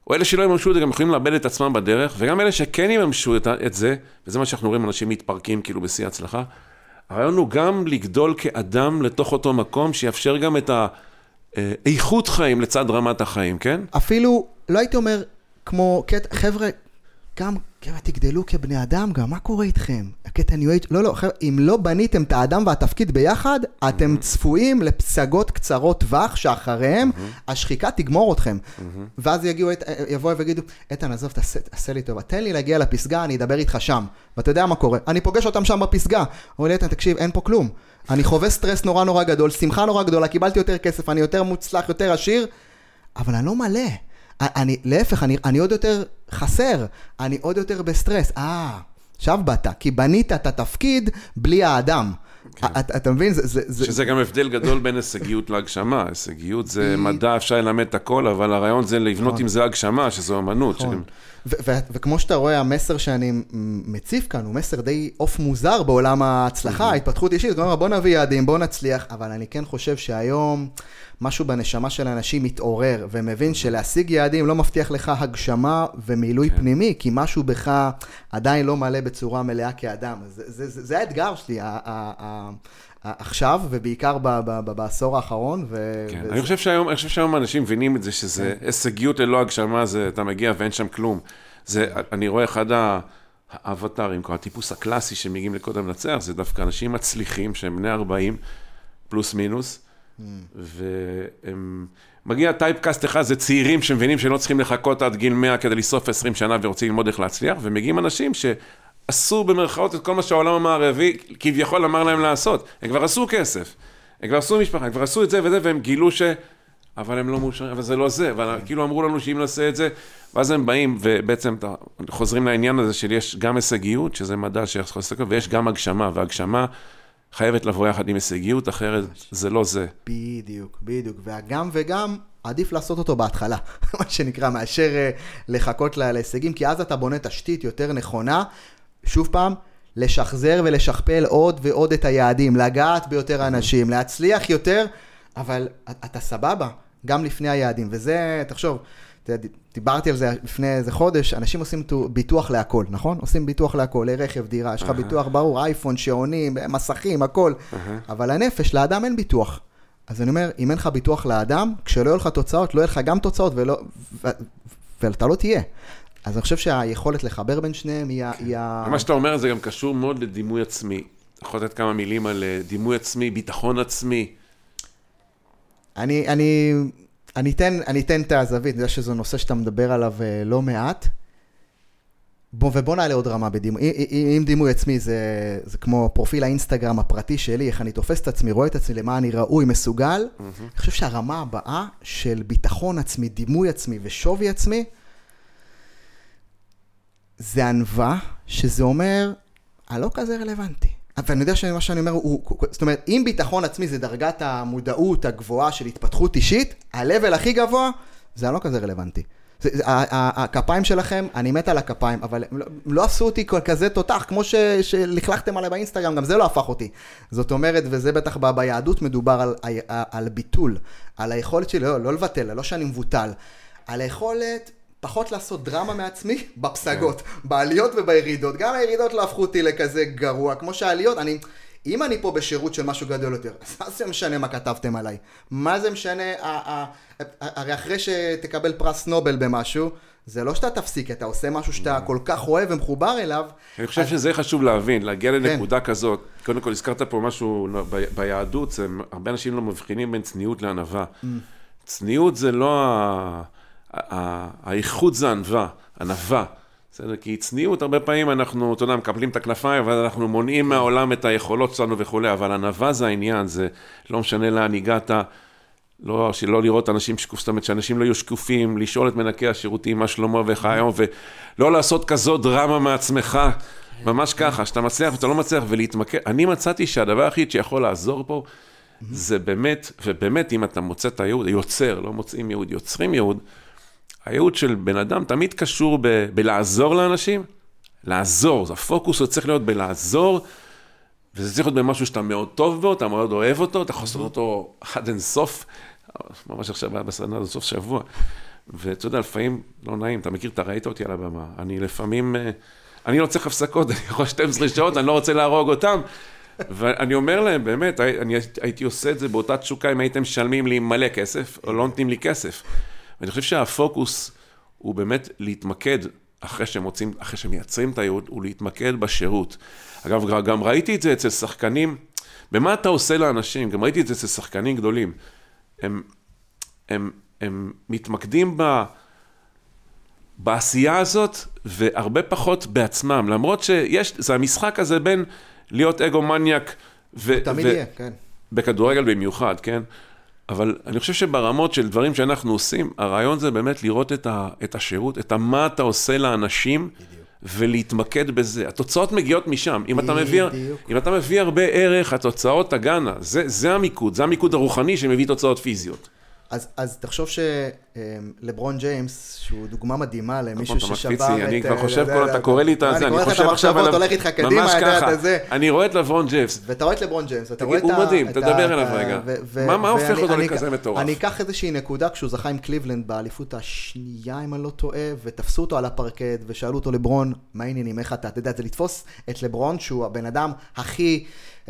או אלה שלא יממשו את זה גם יכולים לאבד את עצמם בדרך, וגם אלה שכן יממשו את זה, וזה מה שאנחנו רואים, אנשים מתפרקים כאילו בשיא הצלחה, הרעיון הוא גם לגדול כאדם לתוך אותו מקום, שיאפשר גם את האיכות חיים לצד רמת החיים, כן? אפילו, לא הייתי אומר, כמו, חבר'ה, גם, תגדלו כבני אדם, גם מה קורה איתכם? הקטע ניו אייג', לא, חבר'ה, אם לא בניתם את האדם והתפקיד ביחד, אתם צפויים לפסגות קצרות טווח, שאחריהם השחיקה תגמור אתכם. ואז יבואו ויגידו, איתן, עזוב, תעשה לי טובה, תן לי להגיע לפסגה, אני אדבר איתך שם. ואתה יודע מה קורה? אני פוגש אותם שם בפסגה. אומר לי, איתן, תקשיב, אין פה כלום. אני חווה סטרס נורא נורא גדול, שמחה נורא גדולה, קיבלתי יותר כסף, אני יותר מוצלח, יותר עשיר, אבל אני לא מלא. להפך, אני עוד יותר חסר, אני עוד יותר בסטרס. עכשיו באת, כי בנית את התפקיד בלי האדם. אתה מבין? שזה גם הבדל גדול בין הישגיות להגשמה. הישגיות זה מדע, אפשר ללמד את הכל, אבל הרעיון זה לבנות עם זה הגשמה, שזו אמנות. וכמו שאתה רואה, המסר שאני מציף כאן, הוא מסר די אוף מוזר בעולם ההצלחה, התפתחות אישית, כלומר, בוא נביא יעדים, בוא נצליח, אבל אני כן חושב שהיום משהו בנשמה של האנשים מתעורר, ומבין שלהשיג יעדים לא מבטיח לך הגשמה ומילוי פנימי, כי משהו בך עדיין לא מלא בצורה מלאה כאדם. זה האתגר שלי, עכשיו, ובעיקר בעשור האחרון. אני חושב שהיום אנשים מבינים את זה, שזה הישגיות ללא הגשמה, אתה מגיע ואין שם כלום. אני רואה אחד האבטרים, הטיפוס הקלאסי שמגיעים לקודם לנצח, זה דווקא אנשים מצליחים שהם בני 40, פלוס מינוס, מגיע טייפקאסט אחד, זה צעירים שמבינים שלא צריכים לחכות עד גיל 100 כדי לסוף 20 שנה ורוצים ללמוד איך להצליח, ומגיעים אנשים שעשו במרכאות את כל מה שהעולם המערבי כביכול אמר להם לעשות. הם כבר עשו כסף, הם כבר עשו משפחה, הם כבר עשו את זה וזה, והם גילו אבל הם לא מאושרים, אבל זה לא זה, אבל כאילו אמרו לנו שאם נעשה את זה, ואז הם באים ובעצם חוזרים לעניין הזה של יש גם הישגיות, שזה מדע שיכול להסתכל, ויש גם הגשמה, והגשמה חייבת לבוא יחד עם הישגיות, אחרת זה לא זה. בדיוק, בדיוק. והגם וגם עדיף לעשות אותו בהתחלה, מה שנקרא, מאשר לחכות להישגים, כי אז אתה בונה תשתית יותר נכונה, שוב פעם, לשחזר ולשכפל עוד ועוד את היעדים, לגעת ביותר אנשים, להצליח יותר, אבל אתה סבבה, גם לפני היעדים, וזה, תחשוב, דיברתי על זה לפני איזה חודש, אנשים עושים ביטוח להכל, נכון? עושים ביטוח להכל, לרכב, דירה, יש לך ביטוח ברור, אייפון, שעונים, מסכים, הכל, אבל הנפש, לאדם אין ביטוח. אז אני אומר, אם אין לך ביטוח לאדם, כשלא יהיו לך תוצאות, לא יהיו לך גם תוצאות, ואתה לא תהיה. אז אני חושב שהיכולת לחבר בין שניהם היא מה שאתה אומר, זה גם קשור מאוד לדימוי עצמי. אתה יכול לתת כמה מילים על דימוי עצמי, ביטחון עצמי. אני אתן את הזווית, אני יודע שזה נושא שאתה מדבר עליו לא מעט, ובוא נעלה עוד רמה בדימוי. אם דימוי עצמי זה כמו פרופיל האינסטגרם הפרטי שלי, איך אני תופס את עצמי, רואה את עצמי, למה אני ראוי, מסוגל, אני חושב שהרמה הבאה של ביטחון עצמי, דימוי עצמי ושווי עצמי, זה ענווה, שזה אומר, לא כזה רלוונטי. ואני יודע שמה שאני אומר, זאת אומרת, אם ביטחון עצמי זה דרגת המודעות הגבוהה של התפתחות אישית, הלבל הכי גבוה, זה לא כזה רלוונטי. הכפיים שלכם, אני מת על הכפיים, אבל לא עשו אותי כזה תותח, כמו שלכלכתם עליי באינסטגרם, גם זה לא הפך אותי. זאת אומרת, וזה בטח ביהדות מדובר על ביטול, על היכולת שלי, לא לבטל, לא שאני מבוטל, על היכולת פחות לעשות דרמה מעצמי בפסגות, בעליות ובירידות. גם הירידות לא הפכו אותי לכזה גרוע, כמו שהעליות, אם אני פה בשירות של משהו גדול יותר, אז מה זה משנה מה כתבתם עליי? מה זה משנה, הרי אחרי שתקבל פרס נובל במשהו, זה לא שאתה תפסיק, אתה עושה משהו שאתה כל כך אוהב ומחובר אליו. אני חושב שזה חשוב להבין, להגיע לנקודה כזאת. קודם כל, הזכרת פה משהו ביהדות, הרבה אנשים לא מבחינים בין צניעות לענווה. צניעות זה לא האיכות זה ענווה. בסדר, כי צניעות, הרבה פעמים אנחנו, אתה יודע, מקבלים את הכנפיים, אבל אנחנו מונעים מהעולם את היכולות שלנו וכו', אבל ענווה זה העניין, זה לא משנה לאן הגעת, לא לראות אנשים שקוף, זאת אומרת, שאנשים לא יהיו שקופים, לשאול את מנקי השירותים, מה שלמה ואיך היום, ולא לעשות כזאת דרמה מעצמך, ממש ככה, שאתה מצליח ואתה לא מצליח, ולהתמקד. אני מצאתי שהדבר הכי שיכול לעזור פה, זה באמת, ובאמת, אם אתה מוצא את הייעוד, יוצר, לא מוצאים ייעוד, יוצרים ייעוד, הייעוד של בן אדם תמיד קשור בלעזור לאנשים, לעזור, הפוקוס הוא צריך להיות בלעזור, וזה צריך להיות במשהו שאתה מאוד טוב בו, אתה מאוד אוהב אותו, אתה יכול לעשות אותו עד אין סוף, ממש עכשיו היה בסדנה עד סוף שבוע, ואתה יודע, לפעמים לא נעים, אתה מכיר, אתה ראית אותי על הבמה, אני לפעמים, אני לא צריך הפסקות, אני יכול 12 שעות, אני לא רוצה להרוג אותם, ואני אומר להם, באמת, אני הייתי עושה את זה באותה תשוקה, אם הייתם משלמים לי מלא כסף, או לא נותנים לי כסף. ואני חושב שהפוקוס הוא באמת להתמקד, אחרי שהם מייצרים את הייעוד, הוא להתמקד בשירות. אגב, גם ראיתי את זה אצל שחקנים, במה אתה עושה לאנשים? גם ראיתי את זה אצל שחקנים גדולים. הם מתמקדים בעשייה הזאת, והרבה פחות בעצמם, למרות זה המשחק הזה בין להיות אגו-מניאק, תמיד יהיה, כן. בכדורגל במיוחד, כן? אבל אני חושב שברמות של דברים שאנחנו עושים, הרעיון זה באמת לראות את השירות, את מה אתה עושה לאנשים, ולהתמקד בזה. התוצאות מגיעות משם. אם אתה מביא הרבה ערך, התוצאות תגענה. זה המיקוד, זה המיקוד הרוחני שמביא תוצאות פיזיות. אז תחשוב שלברון ג'יימס, שהוא דוגמה מדהימה למישהו ששבר את... אני כבר חושב, אתה קורא לי את זה, אני חושב עכשיו על... הולך איתך קדימה, ממש ככה. אני רואה את לברון ג'יימס. ואתה רואה את לברון ג'יימס. הוא מדהים, תדבר אליו רגע. מה הופך אותו לכזה מטורף? אני אקח איזושהי נקודה, כשהוא זכה עם קליבלנד באליפות השנייה, אם אני לא טועה, ותפסו אותו על הפרקט, ושאלו אותו לברון, מה העניינים, איך אתה יודע, זה לתפוס את לברון, שהוא הבן אדם הכי...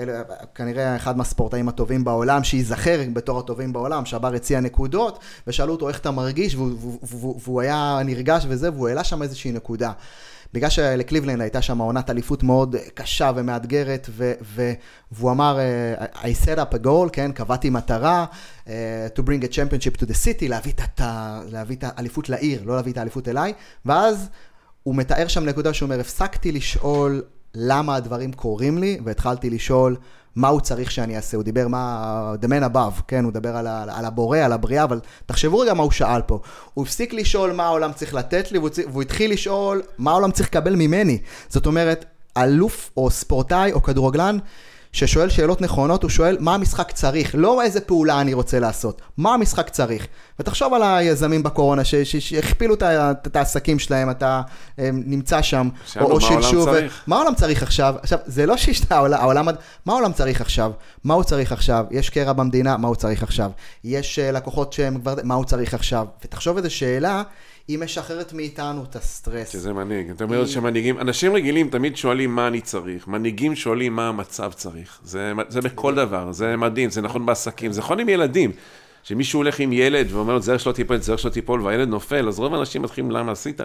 כנראה אחד מהספורטאים הטובים בעולם, שיזכר בתור הטובים בעולם, שעבר הציע נקודות, ושאלו אותו איך אתה מרגיש, והוא היה נרגש וזה, והוא העלה שם איזושהי נקודה. בגלל שלקליבלנד הייתה שם עונת אליפות מאוד קשה ומאתגרת, והוא אמר, I set up a goal, כן, קבעתי מטרה, to bring a championship to the city, להביא את האליפות לעיר, לא להביא את האליפות אליי, ואז הוא מתאר שם נקודה שהוא אומר, הפסקתי לשאול למה הדברים קורים לי, והתחלתי לשאול מה הוא צריך שאני אעשה. הוא דיבר the man above, כן? הוא דיבר על הבורא, על הבריאה, אבל תחשבו רגע מה הוא שאל פה. הוא הפסיק לשאול מה העולם צריך לתת לי, והוא התחיל לשאול מה העולם צריך לקבל ממני. זאת אומרת, אלוף או ספורטאי או כדורגלן, ששואל שאלות נכונות, הוא שואל מה המשחק צריך, לא איזה פעולה אני רוצה לעשות, מה המשחק צריך. ותחשוב על היזמים בקורונה שהכפילו את העסקים שלהם, אתה נמצא שם, או שילשו, מה העולם צריך עכשיו? עכשיו, זה לא העולם, מה העולם צריך עכשיו? מה הוא צריך עכשיו? יש קרע במדינה, מה הוא צריך עכשיו? יש לקוחות שהם כבר, מה הוא צריך עכשיו? ותחשוב איזו שאלה, היא משחררת מאיתנו את הסטרס. שזה מנהיג. אתה אומר שמנהיגים, אנשים רגילים תמיד שואלים מה אני צריך. מנהיגים שואלים מה המצב צריך. זה בכל דבר, זה מדהים, זה נכון בעסקים, זה נכון עם ילדים. שמישהו הולך עם ילד ואומר לו, זר שלו טיפול, זר שלו טיפול, והילד נופל, אז רוב האנשים מתחילים, למה עשית?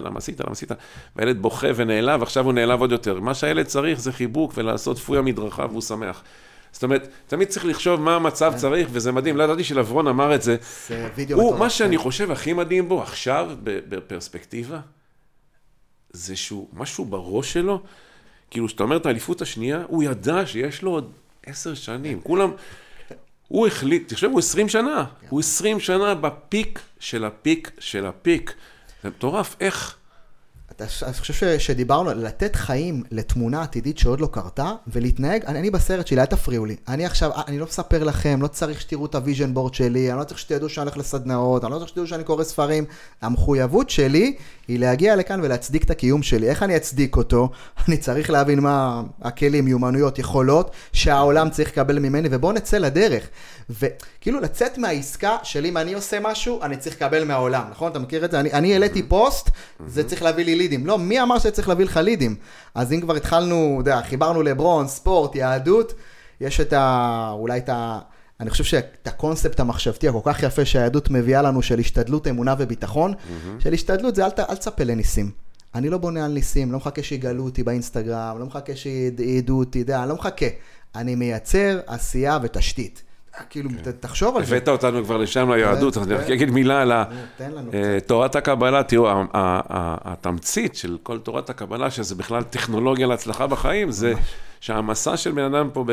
והילד בוכה ונעלב, עכשיו הוא נעלב עוד יותר. מה שהילד צריך זה חיבוק ולעשות פויה מדרכה והוא שמח. זאת אומרת, תמיד צריך לחשוב מה המצב צריך, וזה מדהים. לא ידעתי שלברון אמר את זה. מה שאני חושב הכי מדהים בו עכשיו, בפרספקטיבה, זה שהוא, משהו בראש שלו, כאילו שאתה אומר את האליפות השנייה, הוא ידע שיש לו עוד 10 שנים. כולם, הוא החליט, תחשב, הוא 20 שנה. הוא 20 שנה בפיק של הפיק של הפיק. זה מטורף, איך? אני חושב שדיברנו, לתת חיים לתמונה עתידית שעוד לא קרתה, ולהתנהג, אני בסרט שלי, אל תפריעו לי. אני עכשיו, אני לא מספר לכם, לא צריך שתראו את הוויז'ן בורד שלי, אני לא צריך שתדעו שאני הולך לסדנאות, אני לא צריך שתדעו שאני קורא ספרים. המחויבות שלי היא להגיע לכאן ולהצדיק את הקיום שלי. איך אני אצדיק אותו? אני צריך להבין מה הכלים, מיומנויות, יכולות, שהעולם צריך לקבל ממני, ובואו נצא לדרך. וכאילו לצאת מהעסקה שלי, אם אני עושה משהו, אני צריך לקבל מהעולם, נכון? אתה מכיר את זה? אני העליתי פוסט, זה צריך להביא לי לידים. לא, מי אמר שצריך להביא לך לידים? אז אם כבר התחלנו, חיברנו לברון, ספורט, יהדות, יש אולי אני חושב שאת הקונספט המחשבתי הכל כך יפה שהיהדות מביאה לנו של השתדלות, אמונה וביטחון, של השתדלות זה אל תצפה לניסים. אני לא בונה על ניסים, לא מחכה שיגלו אותי באינסטגרם, לא מחכה שידעו אותי, אני לא מחכה. אני מייצר עשייה ותשתית. כאילו, תחשוב על זה. הבאת אותנו כבר לשם ליהדות, אני רק אגיד מילה על תורת הקבלה, תראו, התמצית של כל תורת הקבלה, שזה בכלל טכנולוגיה להצלחה בחיים, זה שהמסע של בן אדם פה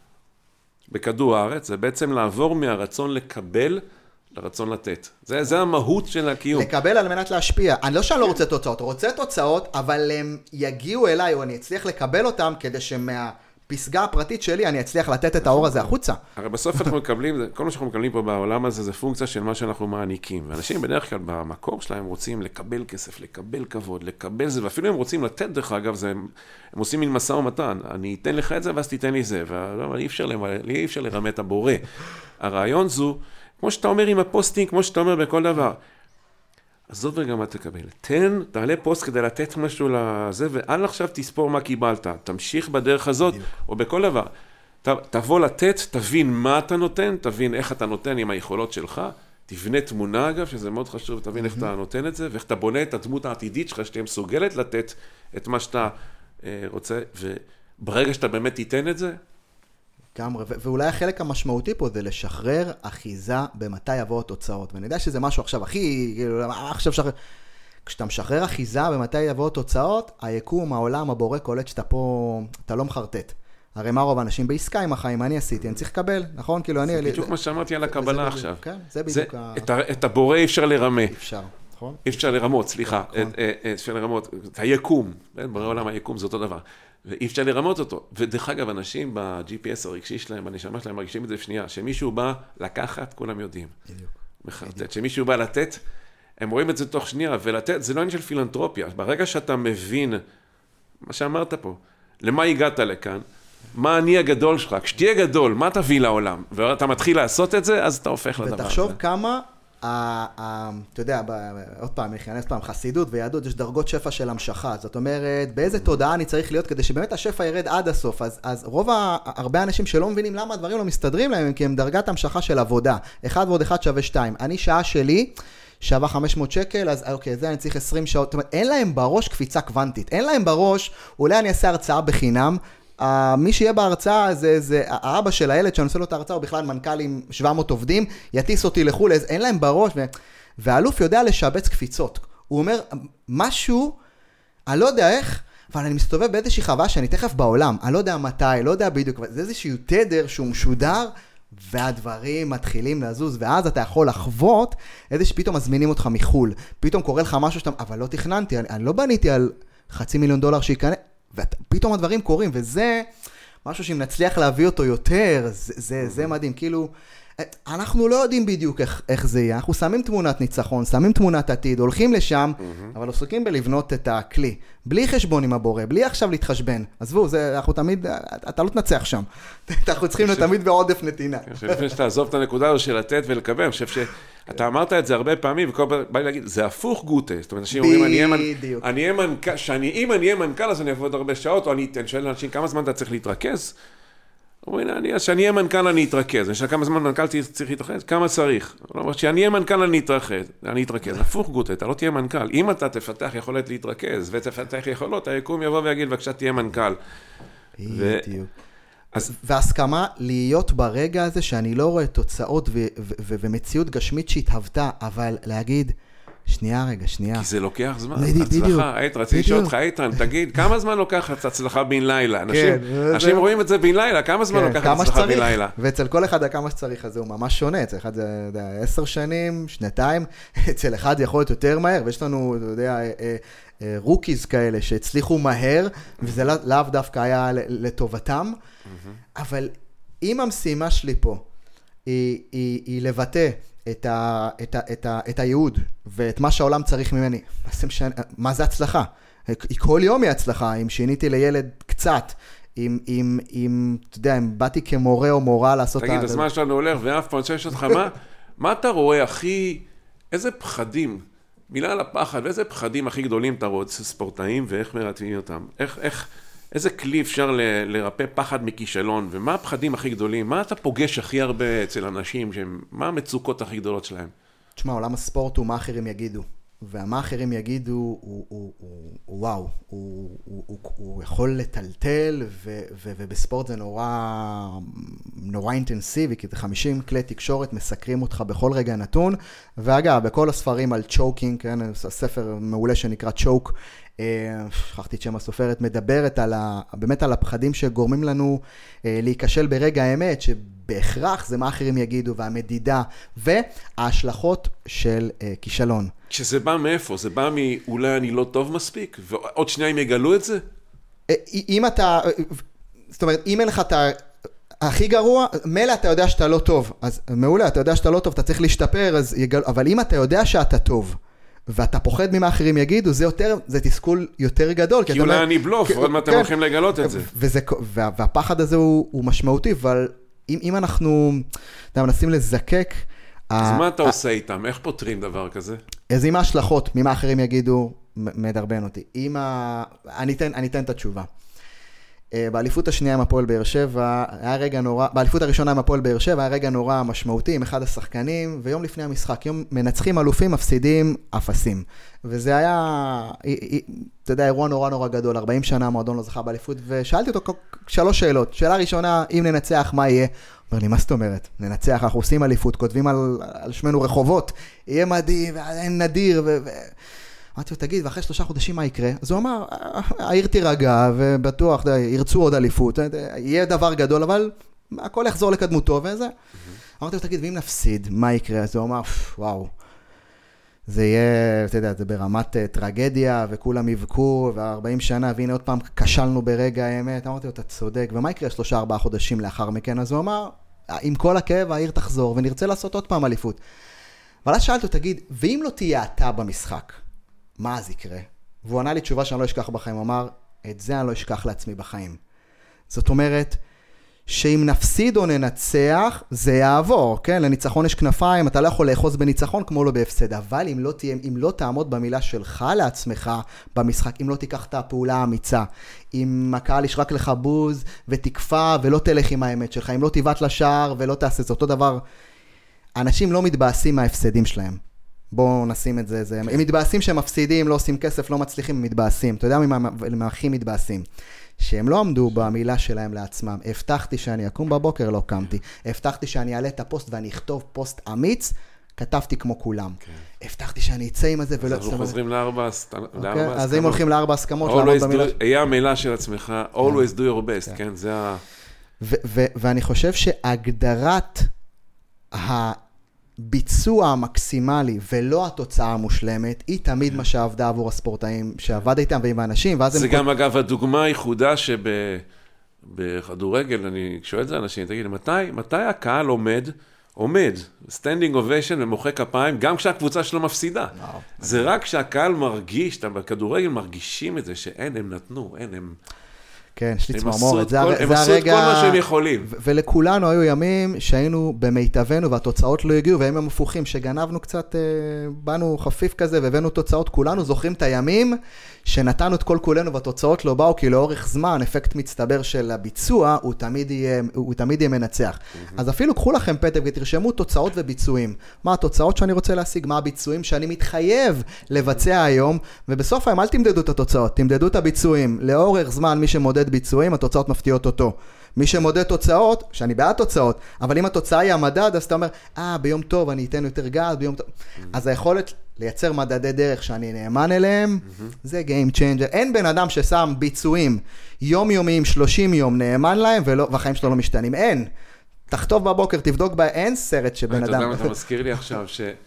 בכדור הארץ, זה בעצם לעבור מהרצון לקבל לרצון לתת. זה המהות של הקיום. לקבל על מנת להשפיע. אני לא שאני לא רוצה תוצאות, רוצה תוצאות, אבל הם יגיעו אליי, או אני אצליח לקבל אותם, כדי פסגה הפרטית שלי, אני אצליח לתת את האור הזה החוצה. הרי בסוף אנחנו מקבלים, כל מה שאנחנו מקבלים פה בעולם הזה, זה פונקציה של מה שאנחנו מעניקים. ואנשים בדרך כלל במקור שלהם רוצים לקבל כסף, לקבל כבוד, לקבל זה, ואפילו הם רוצים לתת דרך אגב, הם עושים מין מסע ומתן. אני אתן לך את זה, ואז תיתן לי זה. אי אפשר לרמת את הבורא. הרעיון זו, כמו שאתה אומר עם הפוסטינג, כמו שאתה אומר בכל דבר, עזוב רגע מה תקבל. תעלה פוסט כדי לתת משהו לזה, ואל עכשיו תספור מה קיבלת. תמשיך בדרך הזאת, או בכל דבר. תבוא לתת, תבין מה אתה נותן, תבין איך אתה נותן עם היכולות שלך, תבנה תמונה אגב, שזה מאוד חשוב, תבין איך אתה נותן את זה, ואיך אתה בונה את הדמות העתידית שלך, שתהיה מסוגלת לתת את מה שאתה רוצה, וברגע שאתה באמת תיתן את זה, לגמרי, ואולי החלק המשמעותי פה זה לשחרר אחיזה במתי יבואו התוצאות. ואני יודע שזה משהו עכשיו הכי, עכשיו שחרר. כשאתה משחרר אחיזה במתי יבואו התוצאות, היקום, העולם, הבורא, קולט שאתה פה, אתה לא מחרטט. הרי מה רוב האנשים בעסקה עם החיים, אני עשיתי, אני צריך לקבל, נכון? כאילו אני... זה בדיוק מה שאמרתי על הקבלה עכשיו. כן, זה בדיוק את הבורא אפשר לרמה. אפשר, נכון? אפשר לרמות, סליחה. אפשר לרמות, את היקום. בורא עולם היקום זה אותו דבר. ואי אפשר לרמות אותו. ודרך אגב, אנשים ב-GPS הרגשי שלהם, בנשמה שלהם, מרגישים את זה בשנייה. שמישהו בא לקחת, כולם יודעים. מחרטט. שמישהו בא לתת, הם רואים את זה תוך שנייה, ולתת, זה לא עניין של פילנטרופיה. ברגע שאתה מבין, מה שאמרת פה, למה הגעת לכאן, מה אני הגדול שלך, כשתהיה גדול, מה תביא לעולם? ואתה מתחיל לעשות את זה, אז אתה הופך לדבר הזה. ותחשוב כמה, אתה יודע, עוד פעם, נכנס פעם, חסידות ויהדות, יש דרגות שפע של המשכה. זאת אומרת, באיזה תודעה אני צריך להיות כדי שבאמת השפע ירד עד הסוף. אז הרבה אנשים שלא מבינים למה הדברים לא מסתדרים להם, כי הם דרגת המשכה של עבודה. 1 ועוד 1 שווה 2. אני שעה שלי, שווה 500 שקל, אז אוקיי, זה אני צריך 20 שעות. זאת אומרת, אין להם בראש קפיצה קוונטית. אין להם בראש, אולי אני אעשה הרצאה בחינם, מי שיהיה בהרצאה זה האבא של הילד שאני עושה לו את ההרצאה, הוא בכלל מנכ"ל עם 700 עובדים, יטיס אותי לחול, אין להם בראש, והאלוף יודע לשבץ קפיצות. הוא אומר, משהו, אני לא יודע איך, אבל אני מסתובב באיזושהי חווה שאני תכף בעולם, אני לא יודע מתי, לא יודע בדיוק, זה איזשהו תדר שהוא משודר, והדברים מתחילים לזוז, ואז אתה יכול לחוות איזה שפתאום מזמינים אותך מחול, פתאום קורה לך משהו שאתה, אבל לא תכננתי, אני לא בניתי על $500,000 שייכנס, ופתאום הדברים קורים, וזה משהו שאם נצליח להביא אותו יותר, זה מדהים, כאילו, אנחנו לא יודעים בדיוק איך זה יהיה, אנחנו שמים תמונת ניצחון, שמים תמונת עתיד, הולכים לשם, אבל עוסקים בלבנות את הכלי, בלי חשבון עם הבורא, בלי עכשיו להתחשבן, עזבו, אנחנו תמיד, אתה לא תנצח שם, אנחנו צריכים תמיד בעודף נתינה. לפני שתעזוב את הנקודה הזו של לתת ולקבל, אני חושב שאתה אמרת את זה הרבה פעמים, וכל פעם בא לי להגיד, זה הפוך גוטה, זאת אומרת, אנשים אומרים, אם אני אהיה מנכ"ל, אז אני אעבוד הרבה שעות, או אני שואל לאנשים, כמה זמן אתה צריך להתרכז? אומרים, שאני אהיה מנכ"ל, אני אתרכז. יש כמה זמן מנכ"ל צריך להתרכז? כמה צריך? שאני אהיה מנכ"ל, אני אתרכז. הפוך גוטה, אתה לא תהיה מנכ"ל. אם אתה תפתח יכולת להתרכז, ותפתח יכולות, היקום יבוא ויגיד, בבקשה תהיה מנכ"ל. בדיוק. והסכמה להיות ברגע הזה, שאני לא רואה תוצאות ומציאות גשמית שהתהוותה, אבל להגיד, שנייה. כי זה לוקח זמן, הצלחה, רציתי לשאול אותך, איתן, תגיד, כמה זמן לוקח הצלחה בן לילה? אנשים רואים את זה בן לילה, כמה זמן לוקח הצלחה בן לילה? ואצל כל אחד כמה שצריך, אז הוא ממש שונה, אצל אחד זה 10 שנים, 2, אצל אחד יכול להיות יותר מהר, ויש לנו, אתה יודע, רוקיז כאלה שהצליחו מהר, וזה לאו דווקא היה לטובתם, אבל אם המשימה שלי פה היא לבטא את הייעוד ואת מה שהעולם צריך ממני. מה זה הצלחה? כל יום היא הצלחה. אם שיניתי לילד קצת, אם אתה יודע, אם באתי כמורה או מורה לעשות... תגיד, הזמן שלנו הולך ואף פעם שיש אותך, מה אתה רואה הכי, איזה פחדים, מילה על הפחד, ואיזה פחדים הכי גדולים אתה רואה ספורטאים ואיך מרתבים אותם? איזה כלי אפשר לרפא פחד מכישלון, ומה הפחדים הכי גדולים? מה אתה פוגש הכי הרבה אצל אנשים, מה המצוקות הכי גדולות שלהם? תשמע, עולם הספורט הוא מה אחרים יגידו, ומה אחרים יגידו וואו, הוא יכול לטלטל, ובספורט זה נורא אינטנסיבי, כי זה 50 כלי תקשורת מסקרים אותך בכל רגע נתון, ואגב, בכל הספרים על צ'וקינג, הספר מעולה שנקרא צ'וק, שכחתי את שם הסופרת, מדברת באמת על הפחדים שגורמים לנו להיכשל ברגע האמת, שבהכרח זה מה אחרים יגידו, והמדידה, וההשלכות של כישלון. שזה בא מאיפה? זה בא מאולי אני לא טוב מספיק? ועוד שנייה הם יגלו את זה? אם אתה, זאת אומרת, אם אין לך את הכי גרוע, מילא אתה יודע שאתה לא טוב, אז מעולה, אתה יודע שאתה לא טוב, אתה צריך להשתפר, אבל אם אתה יודע שאתה טוב, ואתה פוחד ממה אחרים יגידו, זה תסכול יותר גדול. כי אולי אני בלוף, עוד מה אתם הולכים לגלות את זה. והפחד הזה הוא משמעותי, אבל אם אנחנו מנסים לזקק, אז מה אתה עושה איתם? איך פותרים דבר כזה? אז עם ההשלכות, ממה אחרים יגידו, מדרבן אותי. אני אתן את התשובה. באליפות השנייה עם הפועל באר שבע, היה רגע נורא, באליפות הראשונה עם הפועל באר שבע, היה רגע נורא משמעותי עם אחד השחקנים, ויום לפני המשחק, יום מנצחים אלופים, מפסידים אפסים. וזה היה, אתה יודע, אירוע נורא נורא גדול, 40 שנה המועדון לא זכה באליפות, ושאלתי אותו 3 שאלות. שאלה ראשונה, אם ננצח, מה יהיה? אומר לי, מה זאת אומרת? ננצח, אנחנו עושים אליפות, כותבים על שמנו רחובות, יהיה מדהים, נדיר, אמרתי לו, תגיד, ואחרי 3 חודשים מה יקרה? אז הוא אמר, העיר תירגע, ובטוח, ירצו עוד אליפות, יהיה דבר גדול, אבל הכל יחזור לקדמותו, וזה. אמרתי לו, תגיד, ואם נפסיד, מה יקרה? אז הוא אמר, וואו, זה יהיה, אתה יודע, זה ברמת טרגדיה, וכולם יבכו, ו40 שנה, והנה עוד פעם כשלנו ברגע האמת. אמרתי לו, אתה צודק, ומה יקרה 3-4 חודשים לאחר מכן? אז הוא אמר, עם כל הכאב, העיר תחזור, ונרצה לעשות עוד פעם אליפות. אבל אז שאלתי לו, תגיד, ואם לא תהיה אתה במשחק? מה אז יקרה? והוא ענה לי תשובה שאני לא אשכח בחיים, הוא אמר, את זה אני לא אשכח לעצמי בחיים. זאת אומרת, שאם נפסיד או ננצח, זה יעבור, כן? לניצחון יש כנפיים, אתה לא יכול לאחוז בניצחון כמו לא בהפסד, אבל אם לא תעמוד במילה שלך לעצמך במשחק, אם לא תיקח את הפעולה האמיצה, אם הקהל ישרק לך בוז ותקפה ולא תלך עם האמת שלך, אם לא תיבט לשער ולא תעשה, זה אותו דבר, אנשים לא מתבאסים מההפסדים שלהם. בואו נשים את זה. הם מתבאסים שהם מפסידים, לא עושים כסף, לא מצליחים, הם מתבאסים. אתה יודע מה הכי מתבאסים? שהם לא עמדו במילה שלהם לעצמם. הבטחתי שאני אקום בבוקר, לא קמתי. הבטחתי שאני אעלה את הפוסט ואני אכתוב פוסט אמיץ, כתבתי כמו כולם. הבטחתי שאני אצא עם הזה ולא... אז אנחנו חוזרים לארבע הסכמות. אז אם הולכים לארבע הסכמות, היה המילה של עצמך, always do your best, כן? זה ה... ואני חושב שהגדרת ביצוע המקסימלי ולא התוצאה המושלמת, היא תמיד מה שעבדה עבור הספורטאים שעבד איתם ועם האנשים. זה גם אגב הדוגמה הייחודה שבכדורגל, אני שואל את זה אנשים, תגיד, מתי הקהל עומד, סטנדינג אוביישן ומוחא כפיים, גם כשהקבוצה שלו מפסידה. זה רק כשהקהל מרגיש, בכדורגל מרגישים את זה, שאין, הם נתנו, הם... כן, יש לי צמרמורת, הם עשו את כל מה שהם יכולים. ולכולנו היו ימים שהיינו במיטבנו והתוצאות לא הגיעו, והם הם הפוכים שגנבנו קצת, באנו חפיף כזה והבאנו תוצאות, כולנו זוכרים את הימים שנתנו את כל כולנו והתוצאות לא באו, כי לאורך זמן אפקט מצטבר של הביצוע הוא תמיד יהיה מנצח. אז אפילו קחו לכם פתק ותרשמו תוצאות וביצועים. מה התוצאות שאני רוצה להשיג, מה הביצועים שאני מתחייב לבצע היום, ובסוף היום אל תמדדו את התוצאות, תמדדו את הביצועים. לאורך זמן מי שמודד ביצועים, התוצאות מפתיעות אותו. מי שמודד תוצאות, שאני בעד תוצאות, אבל אם התוצאה היא המדד, אז אתה אומר, ביום טוב אני אתן יותר גז, ביום טוב. אז היכולת לייצר מדדי דרך שאני נאמן אליהם, זה game changer. אין בן אדם ששם ביצועים יומיומיים, 30 יום נאמן להם, והחיים שלו לא משתנים. אין. תכתוב בבוקר, תבדוק אין סרט שבן אדם... אתה מזכיר לי עכשיו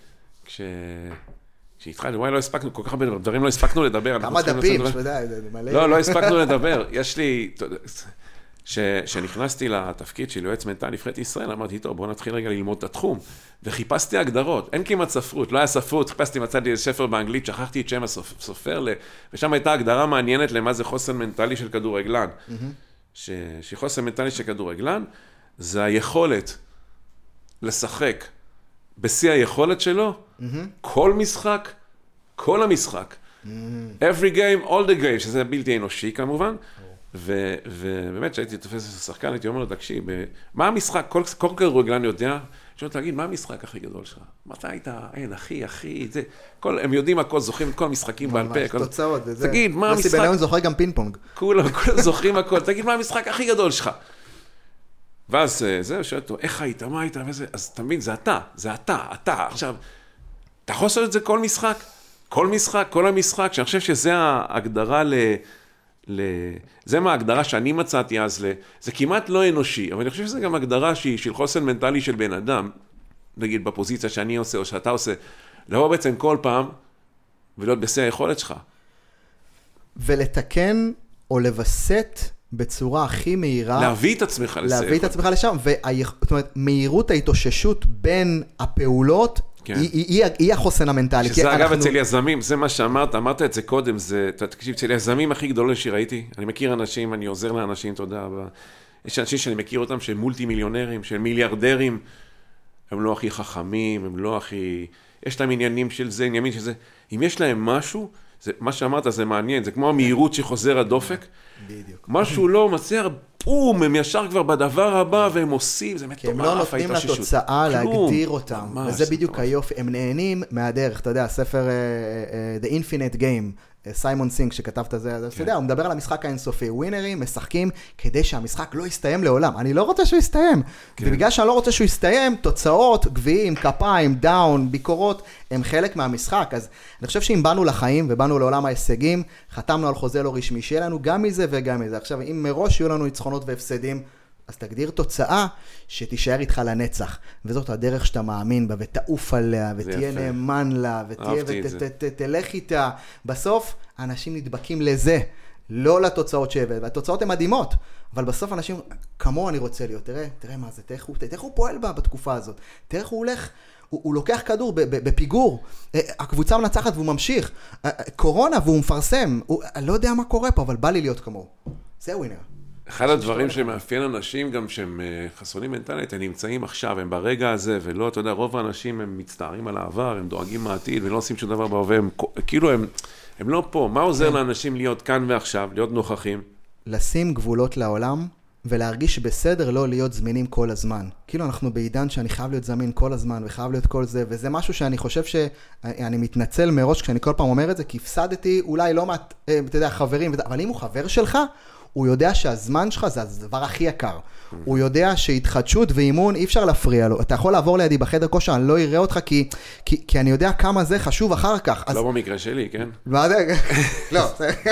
כשהתחלנו, וואי, לא הספקנו, כל כך הרבה דברים לא הספקנו לדבר. כמה דפים, שודאי, זה מלא. לא הספקנו לדבר. יש לי, כשנכנסתי לתפקיד של יועץ מנטלי נבחרת ישראל, אמרתי, טוב, בוא נתחיל רגע ללמוד את התחום. וחיפשתי הגדרות, אין כמעט ספרות, לא היה ספרות, חיפשתי, מצאתי איזה ספר באנגלית, שכחתי את שם הסופר, ושם הייתה הגדרה מעניינת למה זה חוסן מנטלי של כדורגלן. שחוסן מנטלי של כדורגלן, זה היכולת לשחק בשיא היכולת שלו, כל משחק, כל המשחק. Every game, all the game, שזה בלתי אנושי כמובן. ובאמת, שהייתי תופס את השחקן, הייתי אומר לו, תקשיב, מה המשחק, כל כדורגלן יודע, שואל, תגיד, מה המשחק הכי גדול שלך? מתי היית, אין, אחי, זה, הם יודעים הכל, זוכרים את כל המשחקים בעל פה. תוצאות, וזה. תגיד, מה המשחק... בניון זוכר גם פינג פונג. כולם זוכרים הכל, תגיד, מה המשחק הכי גדול שלך? ואז זה, שואל אותו, איך היית, מה היית, וזה, אז תמיד, זה אתה. עכשיו, אתה יכול לעשות את זה כל משחק? כל המשחק, שאני חושב שזה ההגדרה זה מה ההגדרה שאני מצאתי אז זה כמעט לא אנושי, אבל אני חושב שזה גם הגדרה שהיא של חוסן מנטלי של בן אדם, נגיד בפוזיציה שאני עושה או שאתה עושה, לבוא בעצם כל פעם ולהיות בשיא היכולת שלך. ולתקן או לבסט בצורה הכי מהירה. להביא את עצמך לשם, זאת אומרת, מהירות ההתאוששות בין הפעולות, היא החוסן המנטלי. שזה אגב אצל יזמים, זה מה שאמרת, אמרת את זה קודם, תקשיב, אצל יזמים הכי גדולים שראיתי, אני מכיר אנשים, אני עוזר לאנשים, תודה, יש אנשים שאני מכיר אותם, שהם מולטי מיליונרים, שהם מיליארדרים, הם לא הכי חכמים, הם לא הכי... יש להם עניינים של זה, עניינים של זה. אם יש להם משהו, מה שאמרת זה מעניין, זה כמו המהירות שחוזר הדופק. בדיוק. משהו לא מצליח, בום, הם ישר כבר בדבר הבא, והם עושים, זה מטורף. כי הם לא נותנים לתוצאה להגדיר אותם. וזה בדיוק היופי. הם נהנים מהדרך, אתה יודע, הספר The Infinite Game, סיימון סינק שכתב את זה, אתה יודע, הוא מדבר על המשחק האינסופי. ווינרים משחקים כדי שהמשחק לא יסתיים לעולם. אני לא רוצה שהוא יסתיים. ובגלל שאני לא רוצה שהוא יסתיים, תוצאות, גביעים, כפיים, דאון, ביקורות, הם חלק מהמשחק. אז אני חושב שאם באנו לחיים ובאנו לעולם ההישגים, חתמנו על חוזה לא רשמי, שיהיה לנו גם מזה וגם מזה. עכשיו, אם מראש יהיו לנו ניצחונות והפסדים, אז תגדיר תוצאה שתישאר איתך לנצח. וזאת הדרך שאתה מאמין בה, ותעוף עליה, ותהיה נאמן לה, ותלך איתה. בסוף, אנשים נדבקים לזה, לא לתוצאות שהבאת. והתוצאות הן מדהימות, אבל בסוף אנשים, כמו אני רוצה להיות, תראה מה זה, תראה איך הוא פועל בה בתקופה הזאת. תראה איך הוא הולך, הוא לוקח כדור בפיגור, הקבוצה מנצחת והוא ממשיך. קורונה והוא מפרסם, אני לא יודע מה קורה פה, אבל בא לי להיות כמוהו. זה ווינר. אחד הדברים שמאפיין אנשים גם שהם חסונים מנטלית, הם נמצאים עכשיו, הם ברגע הזה, ולא, אתה יודע, רוב האנשים הם מצטערים על העבר, הם דואגים מהעתיד, ולא עושים שום דבר בהווה, כאילו הם לא פה. מה עוזר לאנשים להיות כאן ועכשיו, להיות נוכחים? לשים גבולות לעולם, ולהרגיש בסדר לא להיות זמינים כל הזמן. כאילו אנחנו בעידן שאני חייב להיות זמין כל הזמן, וחייב להיות כל זה, וזה משהו שאני חושב שאני מתנצל מראש כשאני כל פעם אומר את זה, כי הפסדתי אולי לא מעט, אתה יודע, חברים, אבל אם הוא חבר שלך, הוא יודע שהזמן שלך זה הדבר הכי יקר. הוא יודע שהתחדשות ואימון אי אפשר להפריע לו. אתה יכול לעבור לידי בחדר כושר, אני לא אראה אותך כי אני יודע כמה זה חשוב אחר כך. לא במקרה שלי, כן? מה זה? לא.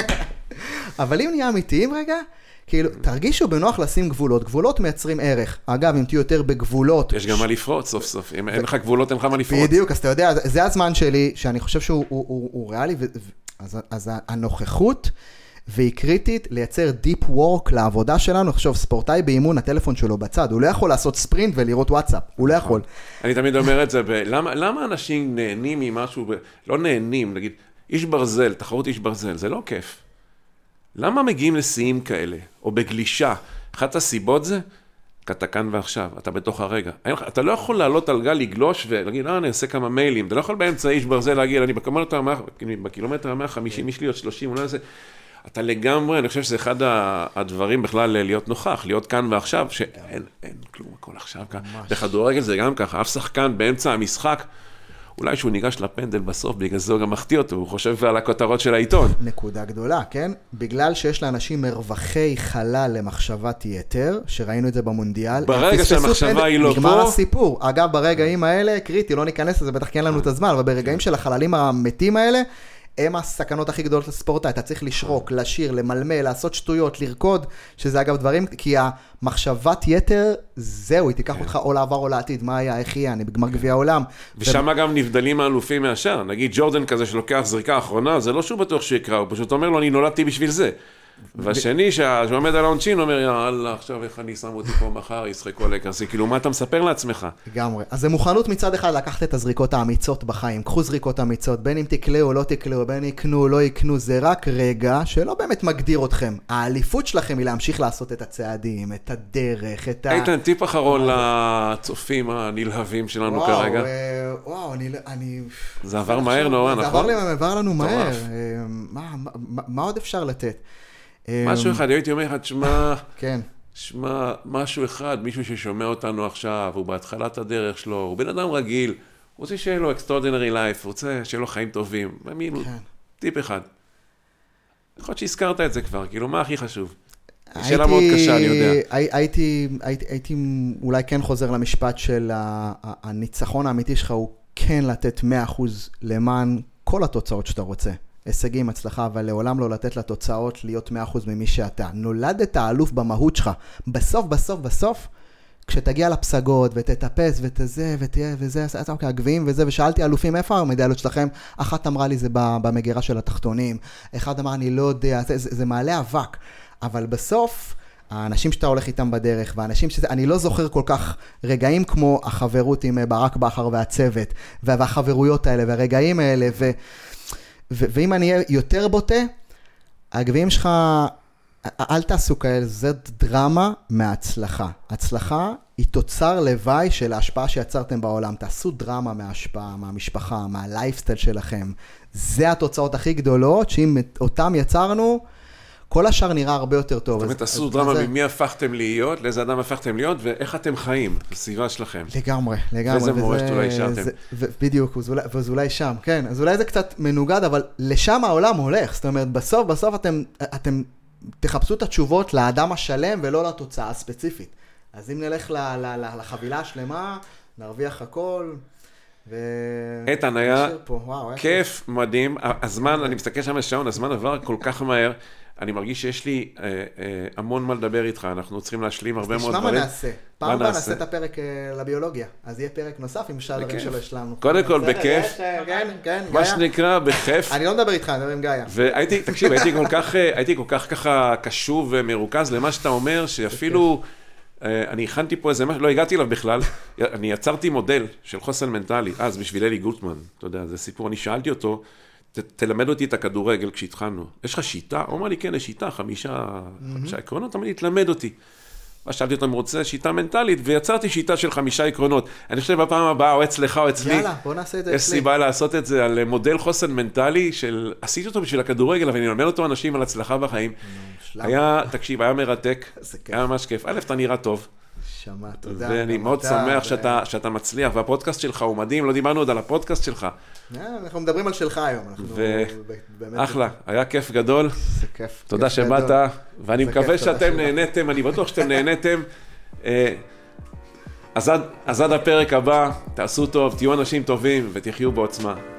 אבל אם נהיה אמיתיים רגע, כאילו, תרגישו בנוח לשים גבולות. גבולות מייצרים ערך. אגב, אם תהיו יותר בגבולות... יש גם מה לפרוץ סוף סוף. אם אין לך גבולות, אין לך מה לפרוץ. בדיוק, אז אתה יודע, זה הזמן שלי, שאני חושב שהוא ריאלי, אז הנוכחות... והיא קריטית לייצר דיפ וורק לעבודה שלנו. עכשיו, ספורטאי באימון, הטלפון שלו בצד, הוא לא יכול לעשות ספרינט ולראות וואטסאפ, הוא לא יכול. אני תמיד אומר את זה, למה אנשים נהנים ממשהו, לא נהנים, נגיד, איש ברזל, תחרות איש ברזל, זה לא כיף. למה מגיעים לשיאים כאלה, או בגלישה? אחת הסיבות זה, כי אתה כאן ועכשיו, אתה בתוך הרגע. אתה לא יכול לעלות על גל, לגלוש ולהגיד, אני אעשה כמה מיילים, אתה לא יכול באמצע איש ברזל להגיד, אני בקילומטר 150, יש לי עוד 30, אולי זה... אתה לגמרי, אני חושב שזה אחד הדברים בכלל להיות נוכח, להיות כאן ועכשיו, שאין כלום, הכל עכשיו כאן. בכדורגל זה גם ככה, אף שחקן באמצע המשחק, אולי שהוא ניגש לפנדל בסוף, בגלל זה הוא גם מחטיא אותו, הוא חושב על הכותרות של העיתון. נקודה גדולה, כן? בגלל שיש לאנשים מרווחי חלל למחשבת יתר, שראינו את זה במונדיאל. ברגע שהמחשבה היא לא פה... נגמר הסיפור. אגב, ברגעים האלה, קריטי, לא ניכנס לזה, בטח כן לנו את הזמן, אבל ברגעים של החללים המתים האלה, הם הסכנות הכי גדולות לספורטאי, אתה צריך לשרוק, לשיר, למלמל, לעשות שטויות, לרקוד, שזה אגב דברים, כי המחשבת יתר, זהו, היא תיקח אותך או לעבר או לעתיד, מה היה, איך יהיה, אני בגמר גביע העולם. ושם גם נבדלים האלופים מהשאר, נגיד ג'ורדן כזה שלוקח זריקה אחרונה, זה לא שהוא בטוח שיקרא, הוא פשוט אומר לו, אני נולדתי בשביל זה. והשני שעומד על העונשין אומר, יאללה, עכשיו איך אני שם אותי פה מחר, ישחקו לקרסי, כאילו מה אתה מספר לעצמך? לגמרי. אז זה מוכנות מצד אחד לקחת את הזריקות האמיצות בחיים, קחו זריקות אמיצות, בין אם תקלעו או לא תקלעו, בין יקנו או לא יקנו, זה רק רגע שלא באמת מגדיר אתכם. האליפות שלכם היא להמשיך לעשות את הצעדים, את הדרך, את ה... איתן, טיפ אחרון לצופים הנלהבים שלנו כרגע. וואו, אני... זה עבר מהר נורא, נכון? זה עבר לנו מהר. מה עוד אפשר לתת? משהו אחד, הייתי אומר לך, כן. שמע, משהו אחד, מישהו ששומע אותנו עכשיו, הוא בהתחלת הדרך שלו, הוא בן אדם רגיל, הוא רוצה שיהיה לו extraordinary life, הוא רוצה שיהיה לו חיים טובים, טיפ אחד. יכול להיות שהזכרת את זה כבר, כאילו, מה הכי חשוב? שאלה מאוד קשה, אני יודע. הייתי אולי כן חוזר למשפט של הניצחון האמיתי שלך, הוא כן לתת 100% למען כל התוצאות שאתה רוצה. הישגים, הצלחה, אבל לעולם לא לתת לתוצאות להיות 100% ממי שאתה. נולדת האלוף במהות שלך. בסוף, כשתגיע לפסגות ותטפס ותזה ותהיה וזה, אוקיי, הגביעים וזה, ושאלתי אלופים, איפה המדליות שלכם? אחת אמרה לי זה במגירה של התחתונים, אחד אמר אני לא יודע, זה מעלה אבק. אבל בסוף, האנשים שאתה הולך איתם בדרך, והאנשים שזה, אני לא זוכר כל כך רגעים כמו החברות עם ברק בכר והצוות, והחברויות האלה, והרגעים האלה, ואם אני אהיה יותר בוטה, הגביעים שלך, אל תעשו כאלה, זה דרמה מההצלחה. הצלחה היא תוצר לוואי של ההשפעה שיצרתם בעולם. תעשו דרמה מההשפעה, מהמשפחה, מהלייפסטייל שלכם. זה התוצאות הכי גדולות, שאם אותם יצרנו, כל השאר נראה הרבה יותר טוב. זאת אומרת, תעשו דרמה ממי הפכתם להיות, לאיזה אדם הפכתם להיות, ואיך אתם חיים, בסביבה שלכם. לגמרי. וזה מורשת אולי השארתם. בדיוק, וזה אולי שם, כן. אז אולי זה קצת מנוגד, אבל לשם העולם הולך. זאת אומרת, בסוף אתם תחפשו את התשובות לאדם השלם, ולא לתוצאה הספציפית. אז אם נלך לחבילה השלמה, נרוויח הכל, איתן, היה כיף, מדהים. הזמן, אני מסתכל שם לשעון, הזמן עבר כל כך מהר. אני מרגיש שיש לי המון מה לדבר איתך, אנחנו צריכים להשלים הרבה מאוד דברים. אז תשמע מה נעשה. פעם הבאה נעשה את הפרק לביולוגיה, אז יהיה פרק נוסף עם שאר דברים שלא השלמנו. קודם כל, בכיף. כן, מה שנקרא, בכיף. אני לא מדבר איתך, אני מדבר עם גיא. תקשיב, הייתי כל כך ככה קשוב ומרוכז למה שאתה אומר, שאפילו אני הכנתי פה איזה משהו, לא הגעתי אליו בכלל, אני יצרתי מודל של חוסן מנטלי, אז בשביל אלי גוטמן, אתה יודע, זה סיפור, אני שאלתי אותו, תלמד אותי את הכדורגל כשהתחלנו. יש לך שיטה? הוא אמר לי, כן, יש שיטה, 5 עקרונות, אמר לי, תלמד אותי. שאלתי אותו, אני רוצה שיטה מנטלית, ויצרתי שיטה של 5 עקרונות. אני חושב בפעם הבאה, או אצלך או אצלי, יאללה, בוא נעשה את זה אצלי. יש סיבה לעשות את זה על מודל חוסן מנטלי, עשיתי אותו בשביל הכדורגל, אבל אני אלמד אותו אנשים על הצלחה בחיים. תקשיב, היה מרתק, היה ממש כיף. א', אתה נראה טוב. שמע, תודה. ואני מאוד שמח שאתה מצליח, והפודקאסט שלך הוא מדהים, לא דיברנו עוד על הפודקאסט שלך. אנחנו מדברים על שלך היום. אחלה, היה כיף גדול. זה כיף. תודה שבאת, ואני מקווה שאתם נהניתם, אני בטוח שאתם נהניתם. אז עד הפרק הבא, תעשו טוב, תהיו אנשים טובים ותחיו בעוצמה.